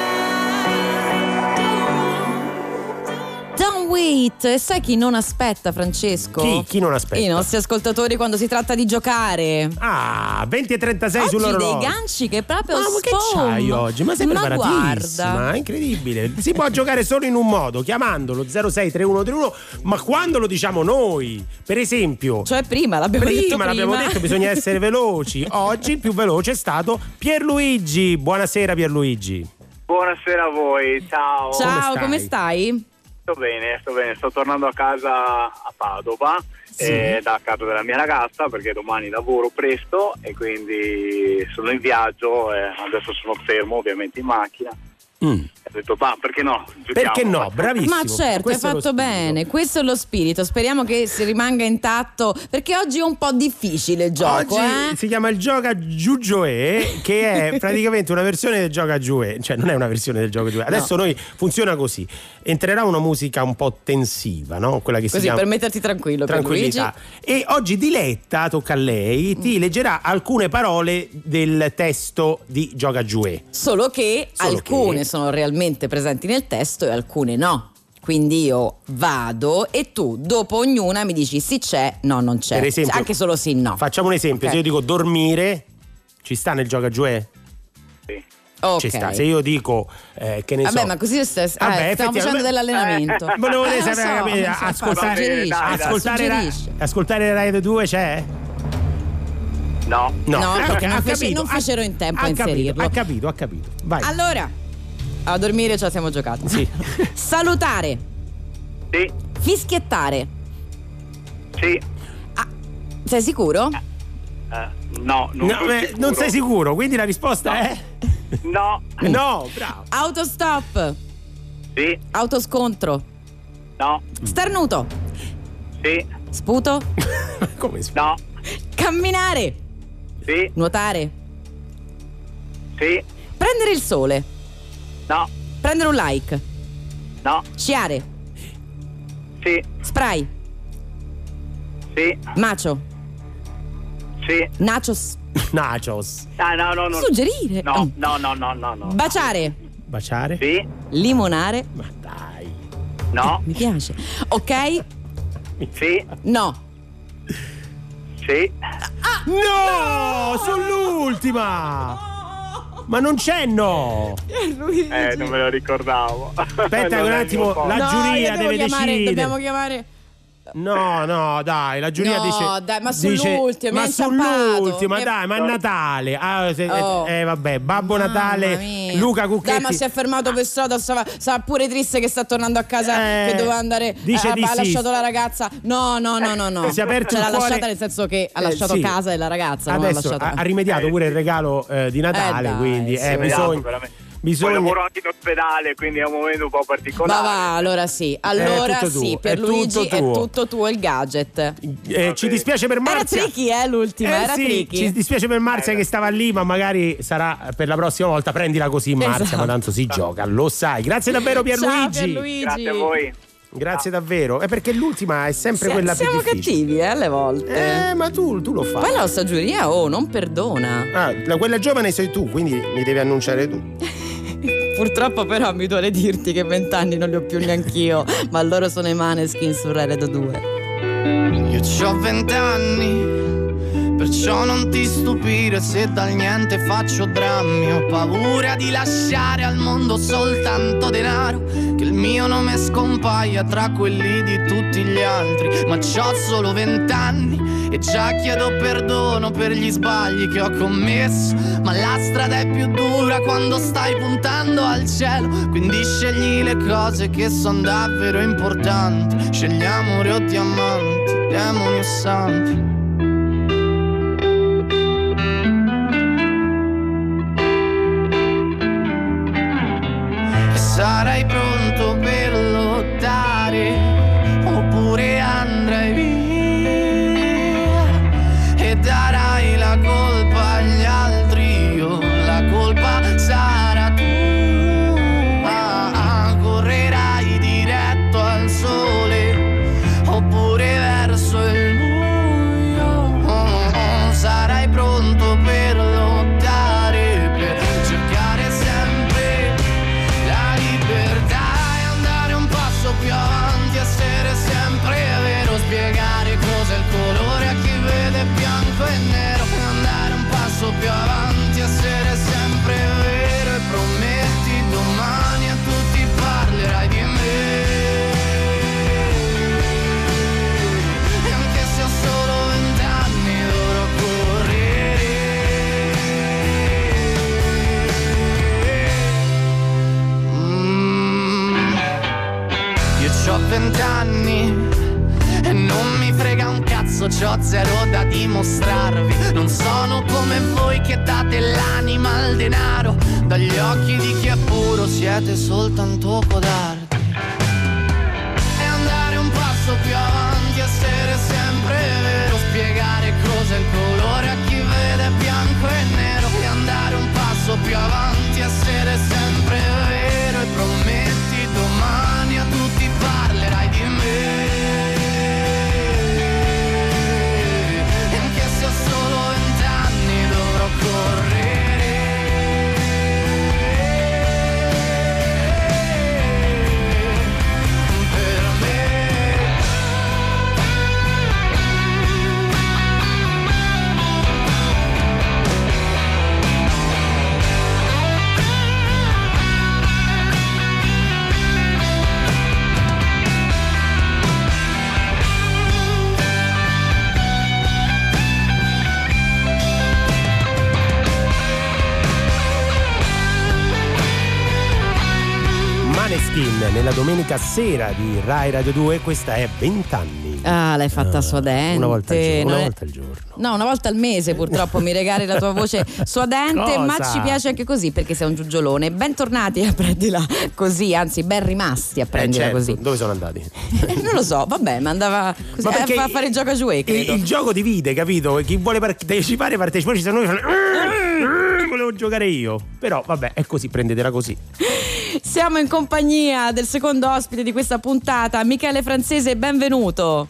do wrong. Don't wait. E sai chi non aspetta, Francesco? Chi? Chi non aspetta? I nostri ascoltatori quando si tratta di giocare. Ah, venti e trentasei Oggi sull'orologio. dei ganci che proprio Ma che sfom- c'hai oggi? Ma sei Ma preparatissima, guarda. è incredibile. Si può giocare solo in un modo, chiamandolo zero sei tre uno tre uno, ma quando lo diciamo noi, per esempio, Cioè prima l'abbiamo detto prima l'abbiamo prima. detto, bisogna essere veloci. Oggi il più veloce è stato Pierluigi. Buonasera Pierluigi. Buonasera a voi, ciao. Ciao, Come come stai? stai? Sto bene, sto bene, sto tornando a casa a Padova, eh, da casa della mia ragazza perché domani lavoro presto e quindi sono in viaggio e adesso sono fermo ovviamente in macchina. Mm. Ho detto, bah, perché no? Giochiamo. Perché no? Bravissimo. Ma certo, hai Questo è lo fatto spirito. bene, questo è lo spirito. Speriamo che si rimanga intatto, perché oggi è un po' difficile il gioco. Oggi eh? si chiama il Gioca Giugioe, che è praticamente una versione del Gioca Giue, cioè non è una versione del Gioca Giue. Adesso noi funziona così: entrerà una musica un po' tensiva, no? Quella che si Così chiama per metterti tranquillo, tranquillità. Pierluigi. E oggi Diletta, tocca a lei, ti leggerà alcune parole del testo di Gioca Giue. Solo che Solo alcune che- sono realmente presenti nel testo e alcune no. Quindi io vado e tu dopo ognuna mi dici sì c'è, no non c'è. Per esempio, anche solo sì no. Facciamo un esempio: Ok. se io dico dormire, ci sta nel Gioca Giue? Sì. Ok. Ci sta. Se io dico eh, che ne Vabbè, so. ma così stai- Vabbè, eh, stiamo effettivamente- facendo dell'allenamento. Volevo Eh, vedere lo se so, capire, lo so, ascoltare, suggerisci, ascoltare, Ra- suggerisci. ascoltare Radio due c'è? No. No, Eh, perché ok, non ha fece- capito, non fecero in tempo ha a capito, inserirlo. Ha capito, ha capito. Vai. Allora, a dormire ce la siamo giocati. Sì. Salutare, Sì. Fischiettare. Sì. Ah, sei sicuro? Eh, no, non, No, beh, non sei sicuro, quindi la risposta No. è No. no, bravo. Autostop. Sì. Autoscontro. No. Starnuto. Sì. Sputo. Come si No. Camminare. Sì. Nuotare. Sì. Prendere il sole. No. Prendere un like. No. Sciare. Sì. Spray. Sì. Macio. Sì. Nachos. Nachos. Ah, no, no, no. Suggerire. No, no, no, no, no, no. Baciare. Baciare? Sì. Limonare. Ma dai. No. Mi piace. Ok. Sì. No. Sì. No, sull'ultima. Ma non c'è no. Eh, non me lo ricordavo. Aspetta Non un è il attimo, mio forte. la No, giuria io devo deve chiamare, decidere. Dobbiamo chiamare. No, no, dai, la giuria No, dice dai, ma dice- sull'ultima, mi ma ha inciampato. sull'ultima, Mi- dai, ma è Natale. Ah, se- Oh. eh, vabbè, Babbo Mamma Natale, mia. Luca Cucchetti. Dai, ma si è fermato per strada, stava, stava pure triste che sta tornando a casa, Eh, che doveva andare. dice eh, di ha sì. lasciato la ragazza. No, no, no, no, no. Si è aperto Ce l'ha il cuore. lasciata nel senso che ha Eh, lasciato sì. casa della ragazza. Non ha Adesso lasciato... ha, ha rimediato pure il regalo eh, di Natale, Eh, dai, quindi sì. eh, Esatto, bisogna, veramente. bisogna Poi lavoro anche in ospedale, quindi è un momento un po' Ma particolare. va, allora sì, allora tutto sì, tuo, per è Luigi tutto è tuo. tutto tuo il gadget. Eh, ci dispiace per Era Marzia. tricky, eh, l'ultima, Eh era sì, tricky. ci dispiace per Marzia Eh, che stava lì, ma magari sarà per la prossima volta. Prendila così, Marzia, Esatto. ma tanto si gioca, lo sai. Grazie davvero, Pierluigi. Ciao Pierluigi. Grazie a voi. Grazie davvero. È perché l'ultima è sempre Si- quella più siamo difficile. cattivi, eh, alle volte. Eh, ma tu, tu lo fai. Poi la nostra giuria, oh, non perdona. Ah, la- quella giovane sei tu, quindi mi devi annunciare tu. Purtroppo però mi duole dirti che vent'anni non li ho più neanch'io, ma loro sono i Maneskin su Rai Radio due. Io c'ho vent'anni, perciò non ti stupire se dal niente faccio drammi. Ho paura di lasciare al mondo soltanto denaro, che il mio nome scompaia tra quelli di tutti gli altri. Ma c'ho solo vent'anni e già chiedo perdono per gli sbagli che ho commesso. Ma la strada è più dura quando stai puntando al cielo, quindi scegli le cose che son davvero importanti. Scegli amore o diamanti, demoni o santi. Sarai pronto per lottare oppure andrai via e darai la colpa agli altri. Io la colpa sarà tua. Correrai diretto al sole oppure verso il buio. Sarai pronto per lottare, per cercare sempre la libertà e andare un passo più avanti, essere sempre vero, spiegare cos'è il colore a chi vede bianco e nero, e andare un passo più avanti, essere sempre vero, e prometti domani a tutti parlerai di me. E anche se ho solo vent'anni dovrò correre. Io c'ho vent'anni e non mi frega un cazzo, c'ho zero da dimostrarvi. Non sono come voi che date l'anima al denaro, dagli occhi di chi è puro siete soltanto codardi. E andare un passo più avanti, essere sempre vero, spiegare cos'è il colore a chi vede bianco e nero, e andare un passo più avanti, essere sempre vero, e prometti domani a tutti parlerai di me. E anche se ho solo vent'anni dovrò correre. Martin nella domenica sera di Rai Radio due. Questa è vent'anni. Ah, l'hai fatta ah, suadente. Una volta al giorno, una è... volta al giorno. No, una volta al mese purtroppo mi regali la tua voce suadente. Cosa? Ma ci piace anche così perché sei un giugiolone. Bentornati a Prendila Così, anzi ben rimasti a Prendila eh certo. Così. Dove sono andati? Eh, non lo so, vabbè, ma andava così, ma a fare il gioco a giue, credo. Il, il gioco divide, capito? Chi vuole partecipare partecipa, ci sono noi volevo giocare io. Però vabbè, è così, prendetela così. Siamo in compagnia del secondo ospite di questa puntata, Michele Francese, benvenuto.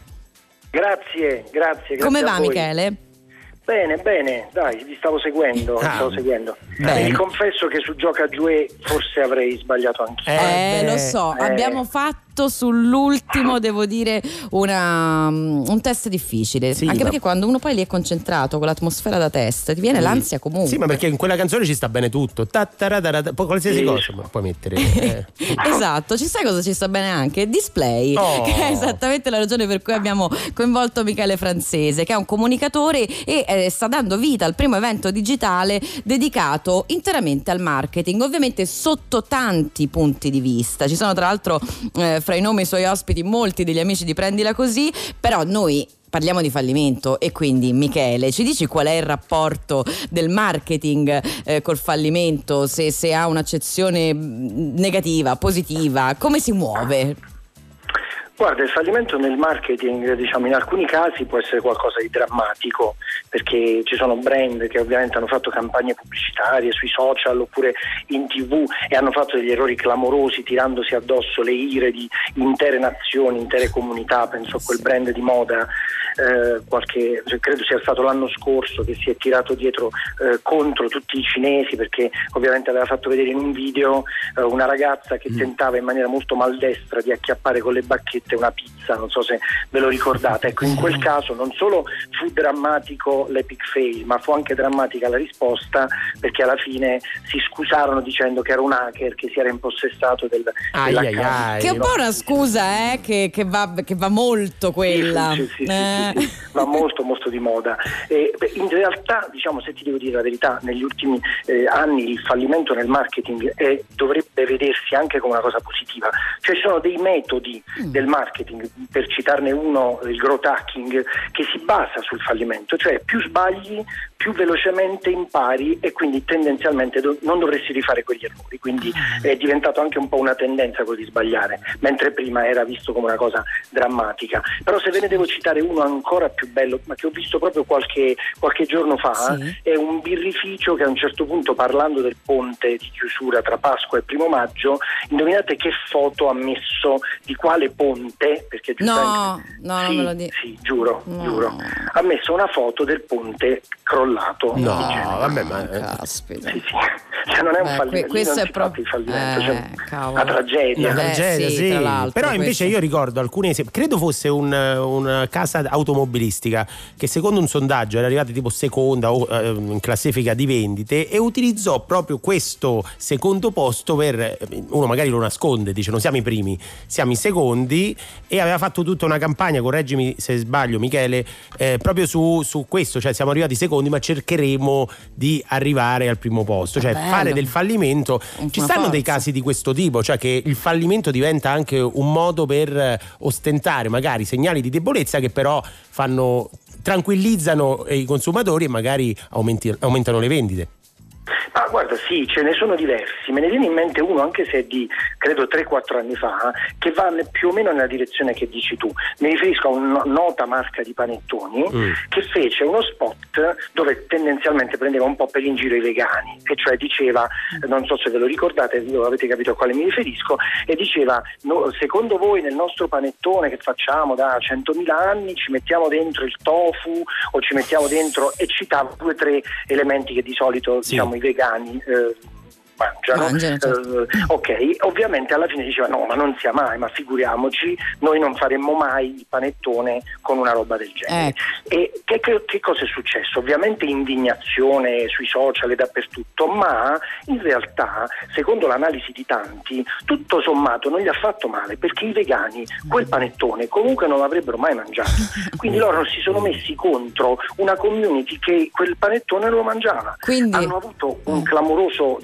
Grazie, grazie. grazie Come va, a voi. Michele? Bene, bene, dai, vi stavo seguendo, ah, stavo seguendo. bene. Vi confesso che su Gioca a Giue forse avrei sbagliato anch'io. Eh, Eh, lo so, eh. abbiamo fatto sull'ultimo, devo dire, una, un test difficile. Sì, anche ma- perché quando uno poi lì è concentrato con l'atmosfera da test, ti viene l'ansia comunque. Sì, ma perché in quella canzone ci sta bene tutto. Tattaradara, poi qualsiasi Sì. cosa ma puoi mettere. Eh. Esatto, ci sai cosa ci sta bene anche? Display, Oh. che è esattamente la ragione per cui abbiamo coinvolto Michele Francese, che è un comunicatore e eh, sta dando vita al primo evento digitale dedicato interamente al marketing, ovviamente sotto tanti punti di vista. Ci sono tra l'altro eh, fra i nomi suoi ospiti molti degli amici di Prendila Così, però noi parliamo di fallimento e quindi Michele, ci dici qual è il rapporto del marketing eh, col fallimento, se, se ha un'accezione negativa, positiva, come si muove? Guarda, il fallimento nel marketing, diciamo, in alcuni casi può essere qualcosa di drammatico, perché ci sono brand che ovviamente hanno fatto campagne pubblicitarie sui social oppure in tivù e hanno fatto degli errori clamorosi tirandosi addosso le ire di intere nazioni, intere comunità. Penso a quel brand di moda, eh, qualche, credo sia stato l'anno scorso, che si è tirato dietro eh, contro tutti i cinesi perché ovviamente aveva fatto vedere in un video eh, una ragazza che tentava in maniera molto maldestra di acchiappare con le bacchette una pizza, non so se ve lo ricordate. Ecco, in quel caso non solo fu drammatico l'epic fail, ma fu anche drammatica la risposta, perché alla fine si scusarono dicendo che era un hacker che si era impossessato del, Ai, ai, ai. Che è un po' una scusa, eh, che, che, va, che va molto quella. Sì, sì, sì, Eh. sì, sì, sì. Va molto molto di moda. E, beh, in realtà, diciamo, se ti devo dire la verità, negli ultimi eh, anni il fallimento nel marketing è, dovrebbe vedersi anche come una cosa positiva. Cioè, ci sono dei metodi mm. del marketing, per citarne uno, il growth hacking, che si basa sul fallimento, cioè più sbagli più velocemente impari e quindi tendenzialmente do- non dovresti rifare quegli errori, quindi è diventato anche un po' una tendenza quello di sbagliare, mentre prima era visto come una cosa drammatica. Però se ve ne devo citare uno ancora più bello, ma che ho visto proprio qualche, qualche giorno fa, Sì. è un birrificio che a un certo punto, parlando del ponte di chiusura tra Pasqua e Primo Maggio, indovinate che foto ha messo di quale ponte? Perché No, giustamente- no, non sì, me lo dico. sì, giuro, No. giuro. Ha messo una foto del ponte crollato. No, di Genova. vabbè, ma eh, Caspita. Sì, sì. Cioè non è un Beh, fallimento, que- questo lì non è si proprio- tratta di fallimento, eh, cioè cavolo. una tragedia. una Eh, tragedia, sì, sì. tra l'altro, Però invece questo. io ricordo alcuni esempi. Credo fosse un, una casa automobilistica che secondo un sondaggio era arrivata tipo seconda o eh, in classifica di vendite e utilizzò proprio questo secondo posto per, uno magari lo nasconde, dice non siamo i primi, siamo i secondi, e aveva fatto tutta una campagna, correggimi se sbaglio Michele, eh, proprio su, su questo, cioè siamo arrivati secondi ma cercheremo di arrivare al primo posto, cioè Bello. fare del fallimento. Ci Una stanno dei forza. casi di questo tipo, cioè che il fallimento diventa anche un modo per eh, ostentare magari segnali di debolezza che però fanno tranquillizzano i consumatori e magari aumenti, aumentano le vendite. Ma guarda, sì, ce ne sono diversi. Me ne viene in mente uno, anche se è di credo tre quattro anni fa, che va ne- più o meno nella direzione che dici tu. Mi riferisco a una nota marca di panettoni Mm. che fece uno spot dove tendenzialmente prendeva un po' per in giro i vegani, e cioè diceva, non so se ve lo ricordate, avete capito a quale mi riferisco, e diceva no, secondo voi nel nostro panettone che facciamo da centomila anni ci mettiamo dentro il tofu o ci mettiamo dentro, e citava due o tre elementi che di solito Sì. diciamo i vegani eh, mangiano. Mangiano, certo. Eh, ok, ovviamente alla fine diceva no, ma non sia mai, ma figuriamoci, noi non faremmo mai il panettone con una roba del genere. Ecco. E che, che, che cosa è successo? Ovviamente indignazione sui social e dappertutto, ma in realtà, secondo l'analisi di tanti, tutto sommato non gli ha fatto male, perché i vegani quel panettone comunque non l'avrebbero mai mangiato. Quindi loro si sono messi contro una community che quel panettone non lo mangiava. Quindi- hanno avuto un clamoroso, diciamo,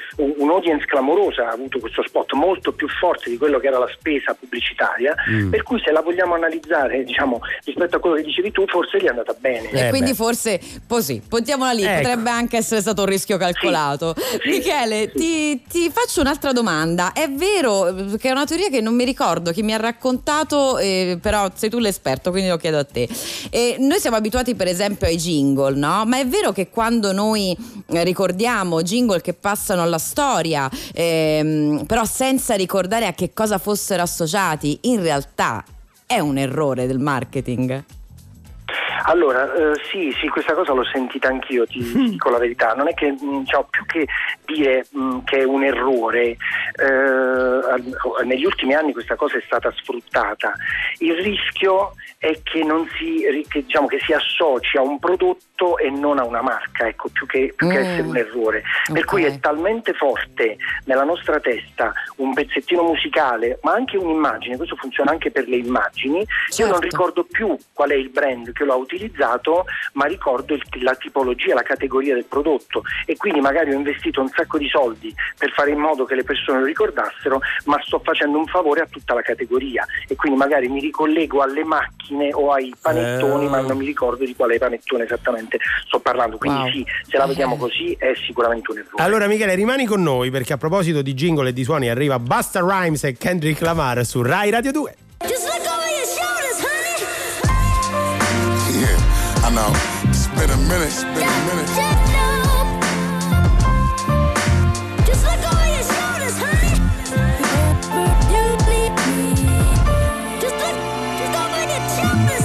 un, un'audience clamorosa, ha avuto questo spot molto più forte di quello che era la spesa pubblicitaria, mm. per cui se la vogliamo analizzare, diciamo, rispetto a quello che dicevi tu, forse gli è andata bene. E eh quindi beh. forse così, puntiamola lì, ecco. potrebbe anche essere stato un rischio calcolato. Sì. Sì. Michele, sì. Ti, ti faccio un'altra domanda. È vero che è una teoria che non mi ricordo chi mi ha raccontato, eh, però sei tu l'esperto, quindi lo chiedo a te. Eh, noi siamo abituati per esempio ai jingle, no? Ma è vero che quando noi eh, ricordiamo jingle che passano alla storia, ehm, però senza ricordare a che cosa fossero associati, in realtà è un errore del marketing? Allora, eh, sì, sì, questa cosa l'ho sentita anch'io, ti, ti dico la verità. Non è che, diciamo, più che dire mh, che è un errore, eh, negli ultimi anni questa cosa è stata sfruttata. Il rischio è che non si, che, diciamo, che si associ a un prodotto e non a una marca, ecco, più che, più mm. che essere un errore. Okay. Per cui è talmente forte nella nostra testa un pezzettino musicale, ma anche un'immagine, questo funziona anche per le immagini. Certo. Io non ricordo più qual è il brand che lo ha utilizzato, ma ricordo il, la tipologia, la categoria del prodotto, e quindi magari ho investito un sacco di soldi per fare in modo che le persone lo ricordassero, ma sto facendo un favore a tutta la categoria, e quindi magari mi ricollego alle macchine o ai panettoni, eh. ma non mi ricordo di quale panettone esattamente sto parlando, quindi wow. sì, se la vediamo così è sicuramente un errore. Allora Michele, rimani con noi, perché a proposito di jingle e di suoni arriva Busta Rhymes e Kendrick Lamar su Rai Radio due. Just look over your shoulders, honey. Yeah, I know. It's been a minute, it's been a minute. Just look over your shoulders, honey. You bleed me. Just look, just over your shoulders.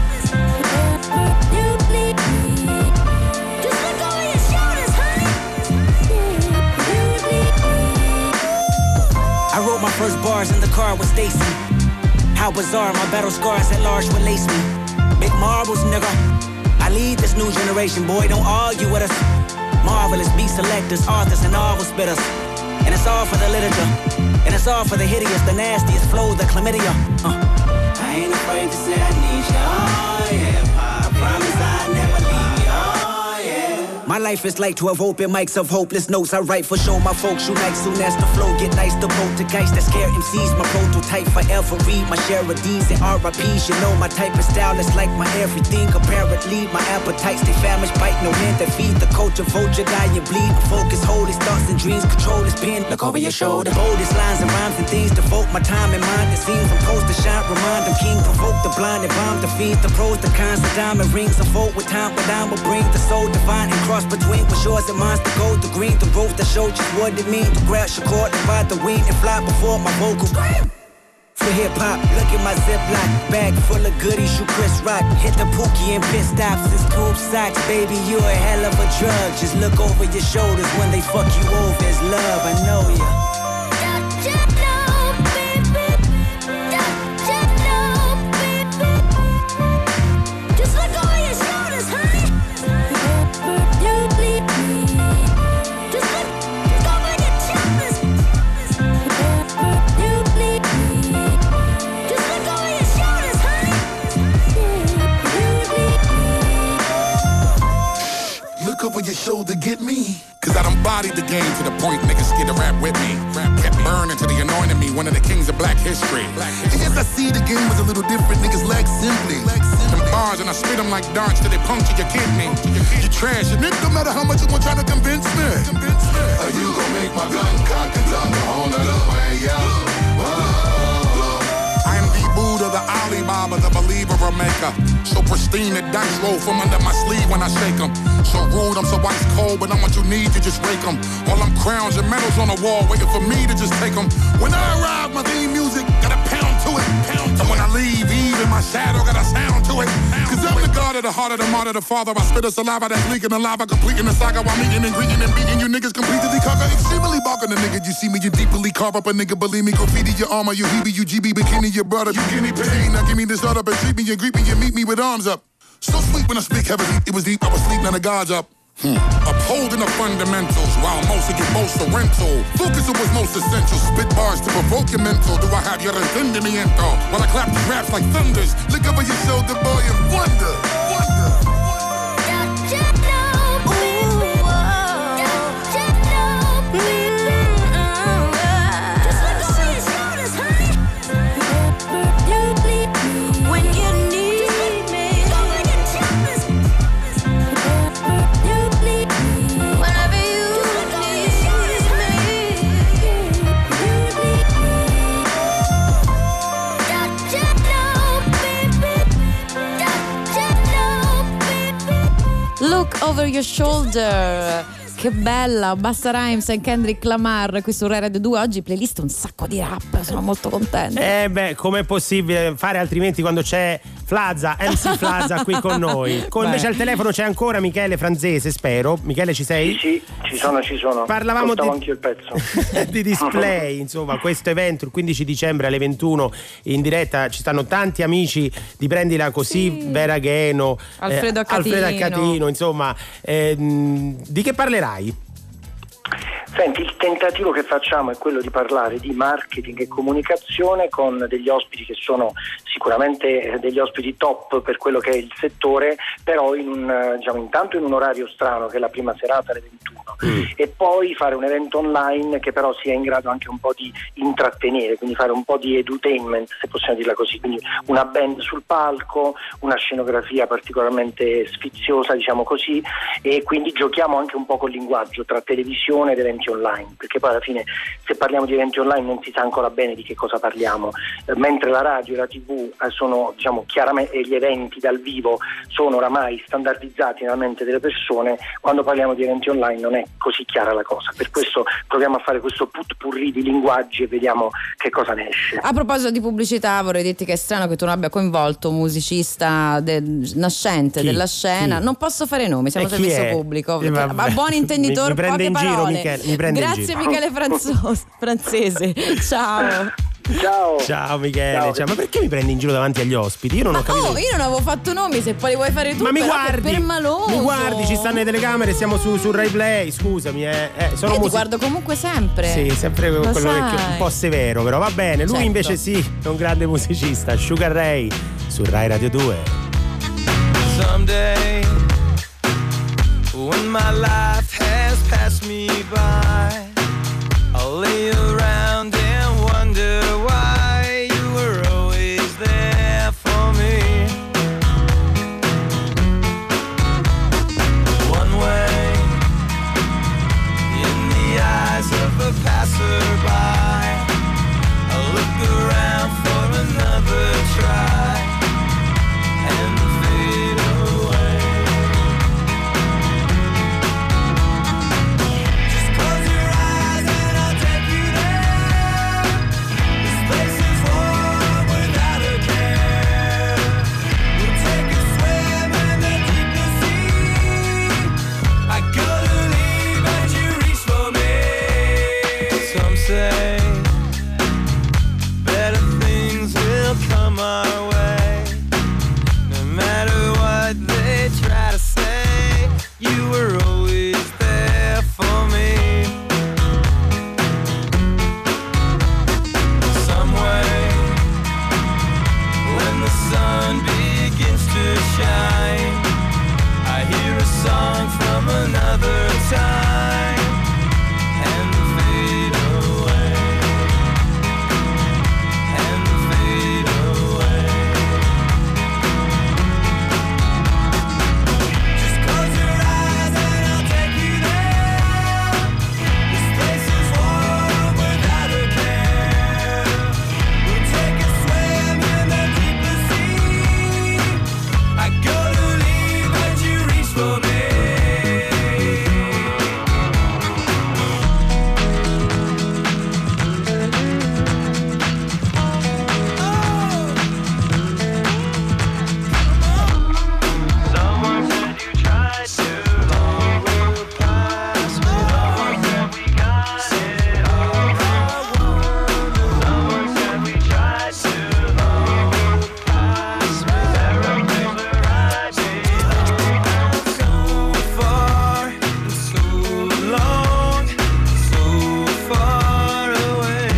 You bleed me. Just look over your shoulders, honey. You bleed me. I wrote my first bars in the car with Stacy. How bizarre, my battle scars at large would lace me. Big marbles, nigga. I lead this new generation, boy, don't argue with us. Marvelous beat selectors, authors, and novel spitters. And it's all for the literature. And it's all for the hideous, the nastiest flow, the chlamydia. Uh. I ain't afraid to say I need you, oh yeah. I promise I never leave you, oh yeah. My life is like twelve open mics of hopeless notes I write for show my folks unite soon as the flow get nice. The poltergeist that scare M Cs, my prototype forever read my share of D's and R I P's. You know my type of style is like my everything. Apparently my appetites stay famished, bite no hand that feed the culture. Vulture die and bleed. Focus, hold his thoughts and dreams, control his pen. Look over your shoulder. Boldest lines and rhymes and things. Devote my time and mind. It seems I'm supposed to shine. Remind them king, provoke the blind and bomb the fiends. The pros, the cons, the diamond rings. Unfold with time, but I will bring the soul divine and cross between what's yours and mine's the gold, the green, the rose that showed just what it means to grab your cord and ride the wind and fly before my vocal. For hip hop, look at my ziplock bag full of goodies. You Chris Rock, hit the Pookie and pit stops. It's tube socks, baby. You a hell of a drug. Just look over your shoulders when they fuck you over. It's love, I know ya. Over your shoulder, get me. Cause I done bodied the game to the point niggas scared to rap with me. Kept burning till they anointed me one of the kings of black history. And yes, I see the game was a little different. Niggas lack simply. Them bars and I spit them like darts till they puncture your kidney. You trash and it no matter how much you want trying to convince me. Are you gon' make my gun cock and talk a whole nother way, yeah? Buddha, the Alibaba, the believer, a maker. So pristine, the dice roll from under my sleeve when I shake them. So rude, I'm so ice cold, but I'm what you need to just rake them. All them crowns and medals on the wall, waiting for me to just take them. When I arrive, my theme music got a pound to it. Pound to and when I leave, even my shadow got a sound to it. Cause I'm the god of the heart of the martyr, the father. I spit a saliva that's leaking the lava, completing the saga while meeting and greeting and beating you niggas completely conquer. Extremely barking the nigga, you see me, you deeply carve up a nigga, believe me, graffiti your armor, you heebie, you G B, bikini, your brother, you guinea pig. Now give me this start up and treat me and greet me and meet me with arms up. So sweet when I speak heavily, it was deep, I was sleeping on the gods up. Hmm. Upholding the fundamentals while most get most are rental. Focus on what's most essential. Spit bars to provoke your mental. Do I have your entendimiento? While I clap these raps like thunders. Look over your shoulder, boy, and wonder. Wonder. Ooh, oh. Your Shoulder. Che bella, Busta Rhymes e Kendrick Lamar qui su Rai Radio due. Oggi playlist un sacco di rap, sono molto contenta. Eh beh, com'è possibile fare altrimenti quando c'è Flazza, M C Flazza qui con noi. Con invece al telefono c'è ancora Michele Franzese, spero. Michele, ci sei? Sì, sì, ci sono, ci sono. Parlavamo di, anch'io il pezzo. di display, insomma, questo evento il quindici dicembre alle ventuno in diretta. Ci stanno tanti amici di Prendila Così, sì. Vera Gheno, Alfredo eh, Accatino. Alfredo Accatino, insomma, eh, di che parlerai? Senti, il tentativo che facciamo è quello di parlare di marketing e comunicazione con degli ospiti che sono sicuramente degli ospiti top per quello che è il settore, però in un, diciamo, intanto in un orario strano che è la prima serata alle ventuno mm. e poi fare un evento online che però sia in grado anche un po' di intrattenere, quindi fare un po' di edutainment, se possiamo dirla così, quindi una band sul palco, una scenografia particolarmente sfiziosa, diciamo così, e quindi giochiamo anche un po' col linguaggio tra televisione ed eventi online, perché poi alla fine se parliamo di eventi online non si sa ancora bene di che cosa parliamo, eh, mentre la radio e la tivù eh, sono, diciamo, chiaramente, e gli eventi dal vivo sono oramai standardizzati nella mente delle persone. Quando parliamo di eventi online non è così chiara la cosa, per questo proviamo a fare questo putpurri di linguaggi e vediamo che cosa ne esce. A proposito di pubblicità, vorrei dirti che è strano che tu non abbia coinvolto un musicista de- nascente Chi? della scena. Chi? Non posso fare nomi, siamo E chi servizio è? pubblico, Eh, vabbè. ma buon intenditore, mi, mi prende poche in giro, parole. Michele, mi prende in Grazie giro. Michele Franzos- Francese, ciao. Ciao. Ciao Michele, Ciao. ciao. Ma perché mi prendi in giro davanti agli ospiti? Io non ho capito. Oh, io non avevo fatto nomi, se poi li vuoi fare tu. Ma mi però guardi, che permaloso. mi guardi, ci stanno le telecamere, siamo su, su Rai Play, scusami, eh, eh, sono Io ti music- guardo comunque sempre. Sì, sempre Lo quello sai. vecchio, un po' severo, però va bene. Lui Certo. invece sì, è un grande musicista, Sugar Ray su Rai Radio due. Someday, when my life has passed me by, I'll lay around and wonder why you were always there for me. One way, in the eyes of a passerby, I look around for another try and fade away. Just close your eyes and I'll take you there. This place is warm without a care. We'll take a swim in the deepest sea. I couldn't leave as you reach for me. Some say better things will come our way. No matter what they try to say, you were always there for me. Some way, when the sun begins to shine, I hear a song from another time and fade away, and fade away. Just close your eyes and I'll take you there. This place is warm without a care. We'll take a swim in the deepest sea. I couldn't leave as you reach for me. Someone said you tried too long. We'll pass without that we got it all wrong. Someone said we tried too long. We'll pass without the right belong. So far and so long, so far away.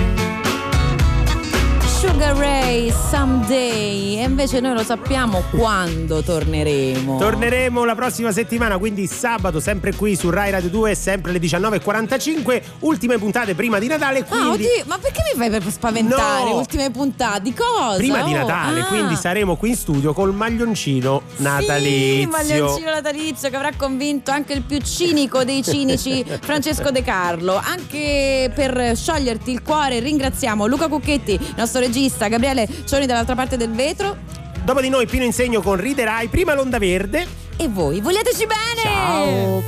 Sugar Ray, Someday. E invece noi lo sappiamo quando torneremo. Torneremo la prossima settimana, quindi sabato, sempre qui su Rai Radio due, sempre alle diciannove e quarantacinque. Ultime puntate prima di Natale. Quindi... Ah, oddio, ma perché mi fai per spaventare? No. Ultime puntate di cosa? Prima di Oh, Natale, ah. quindi saremo qui in studio col maglioncino natalizio. Sì, maglioncino natalizio che avrà convinto anche il più cinico dei cinici, Francesco De Carlo. Anche per scioglierti il cuore ringraziamo Luca Cucchetti, nostro regista, Gabriele Cioni dall'altra parte del vetro. Dopo di noi Pino Insegno con Riderai, prima l'Onda Verde. e voi vogliateci bene. Ciao.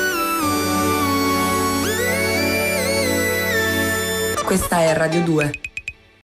Questa è Radio due.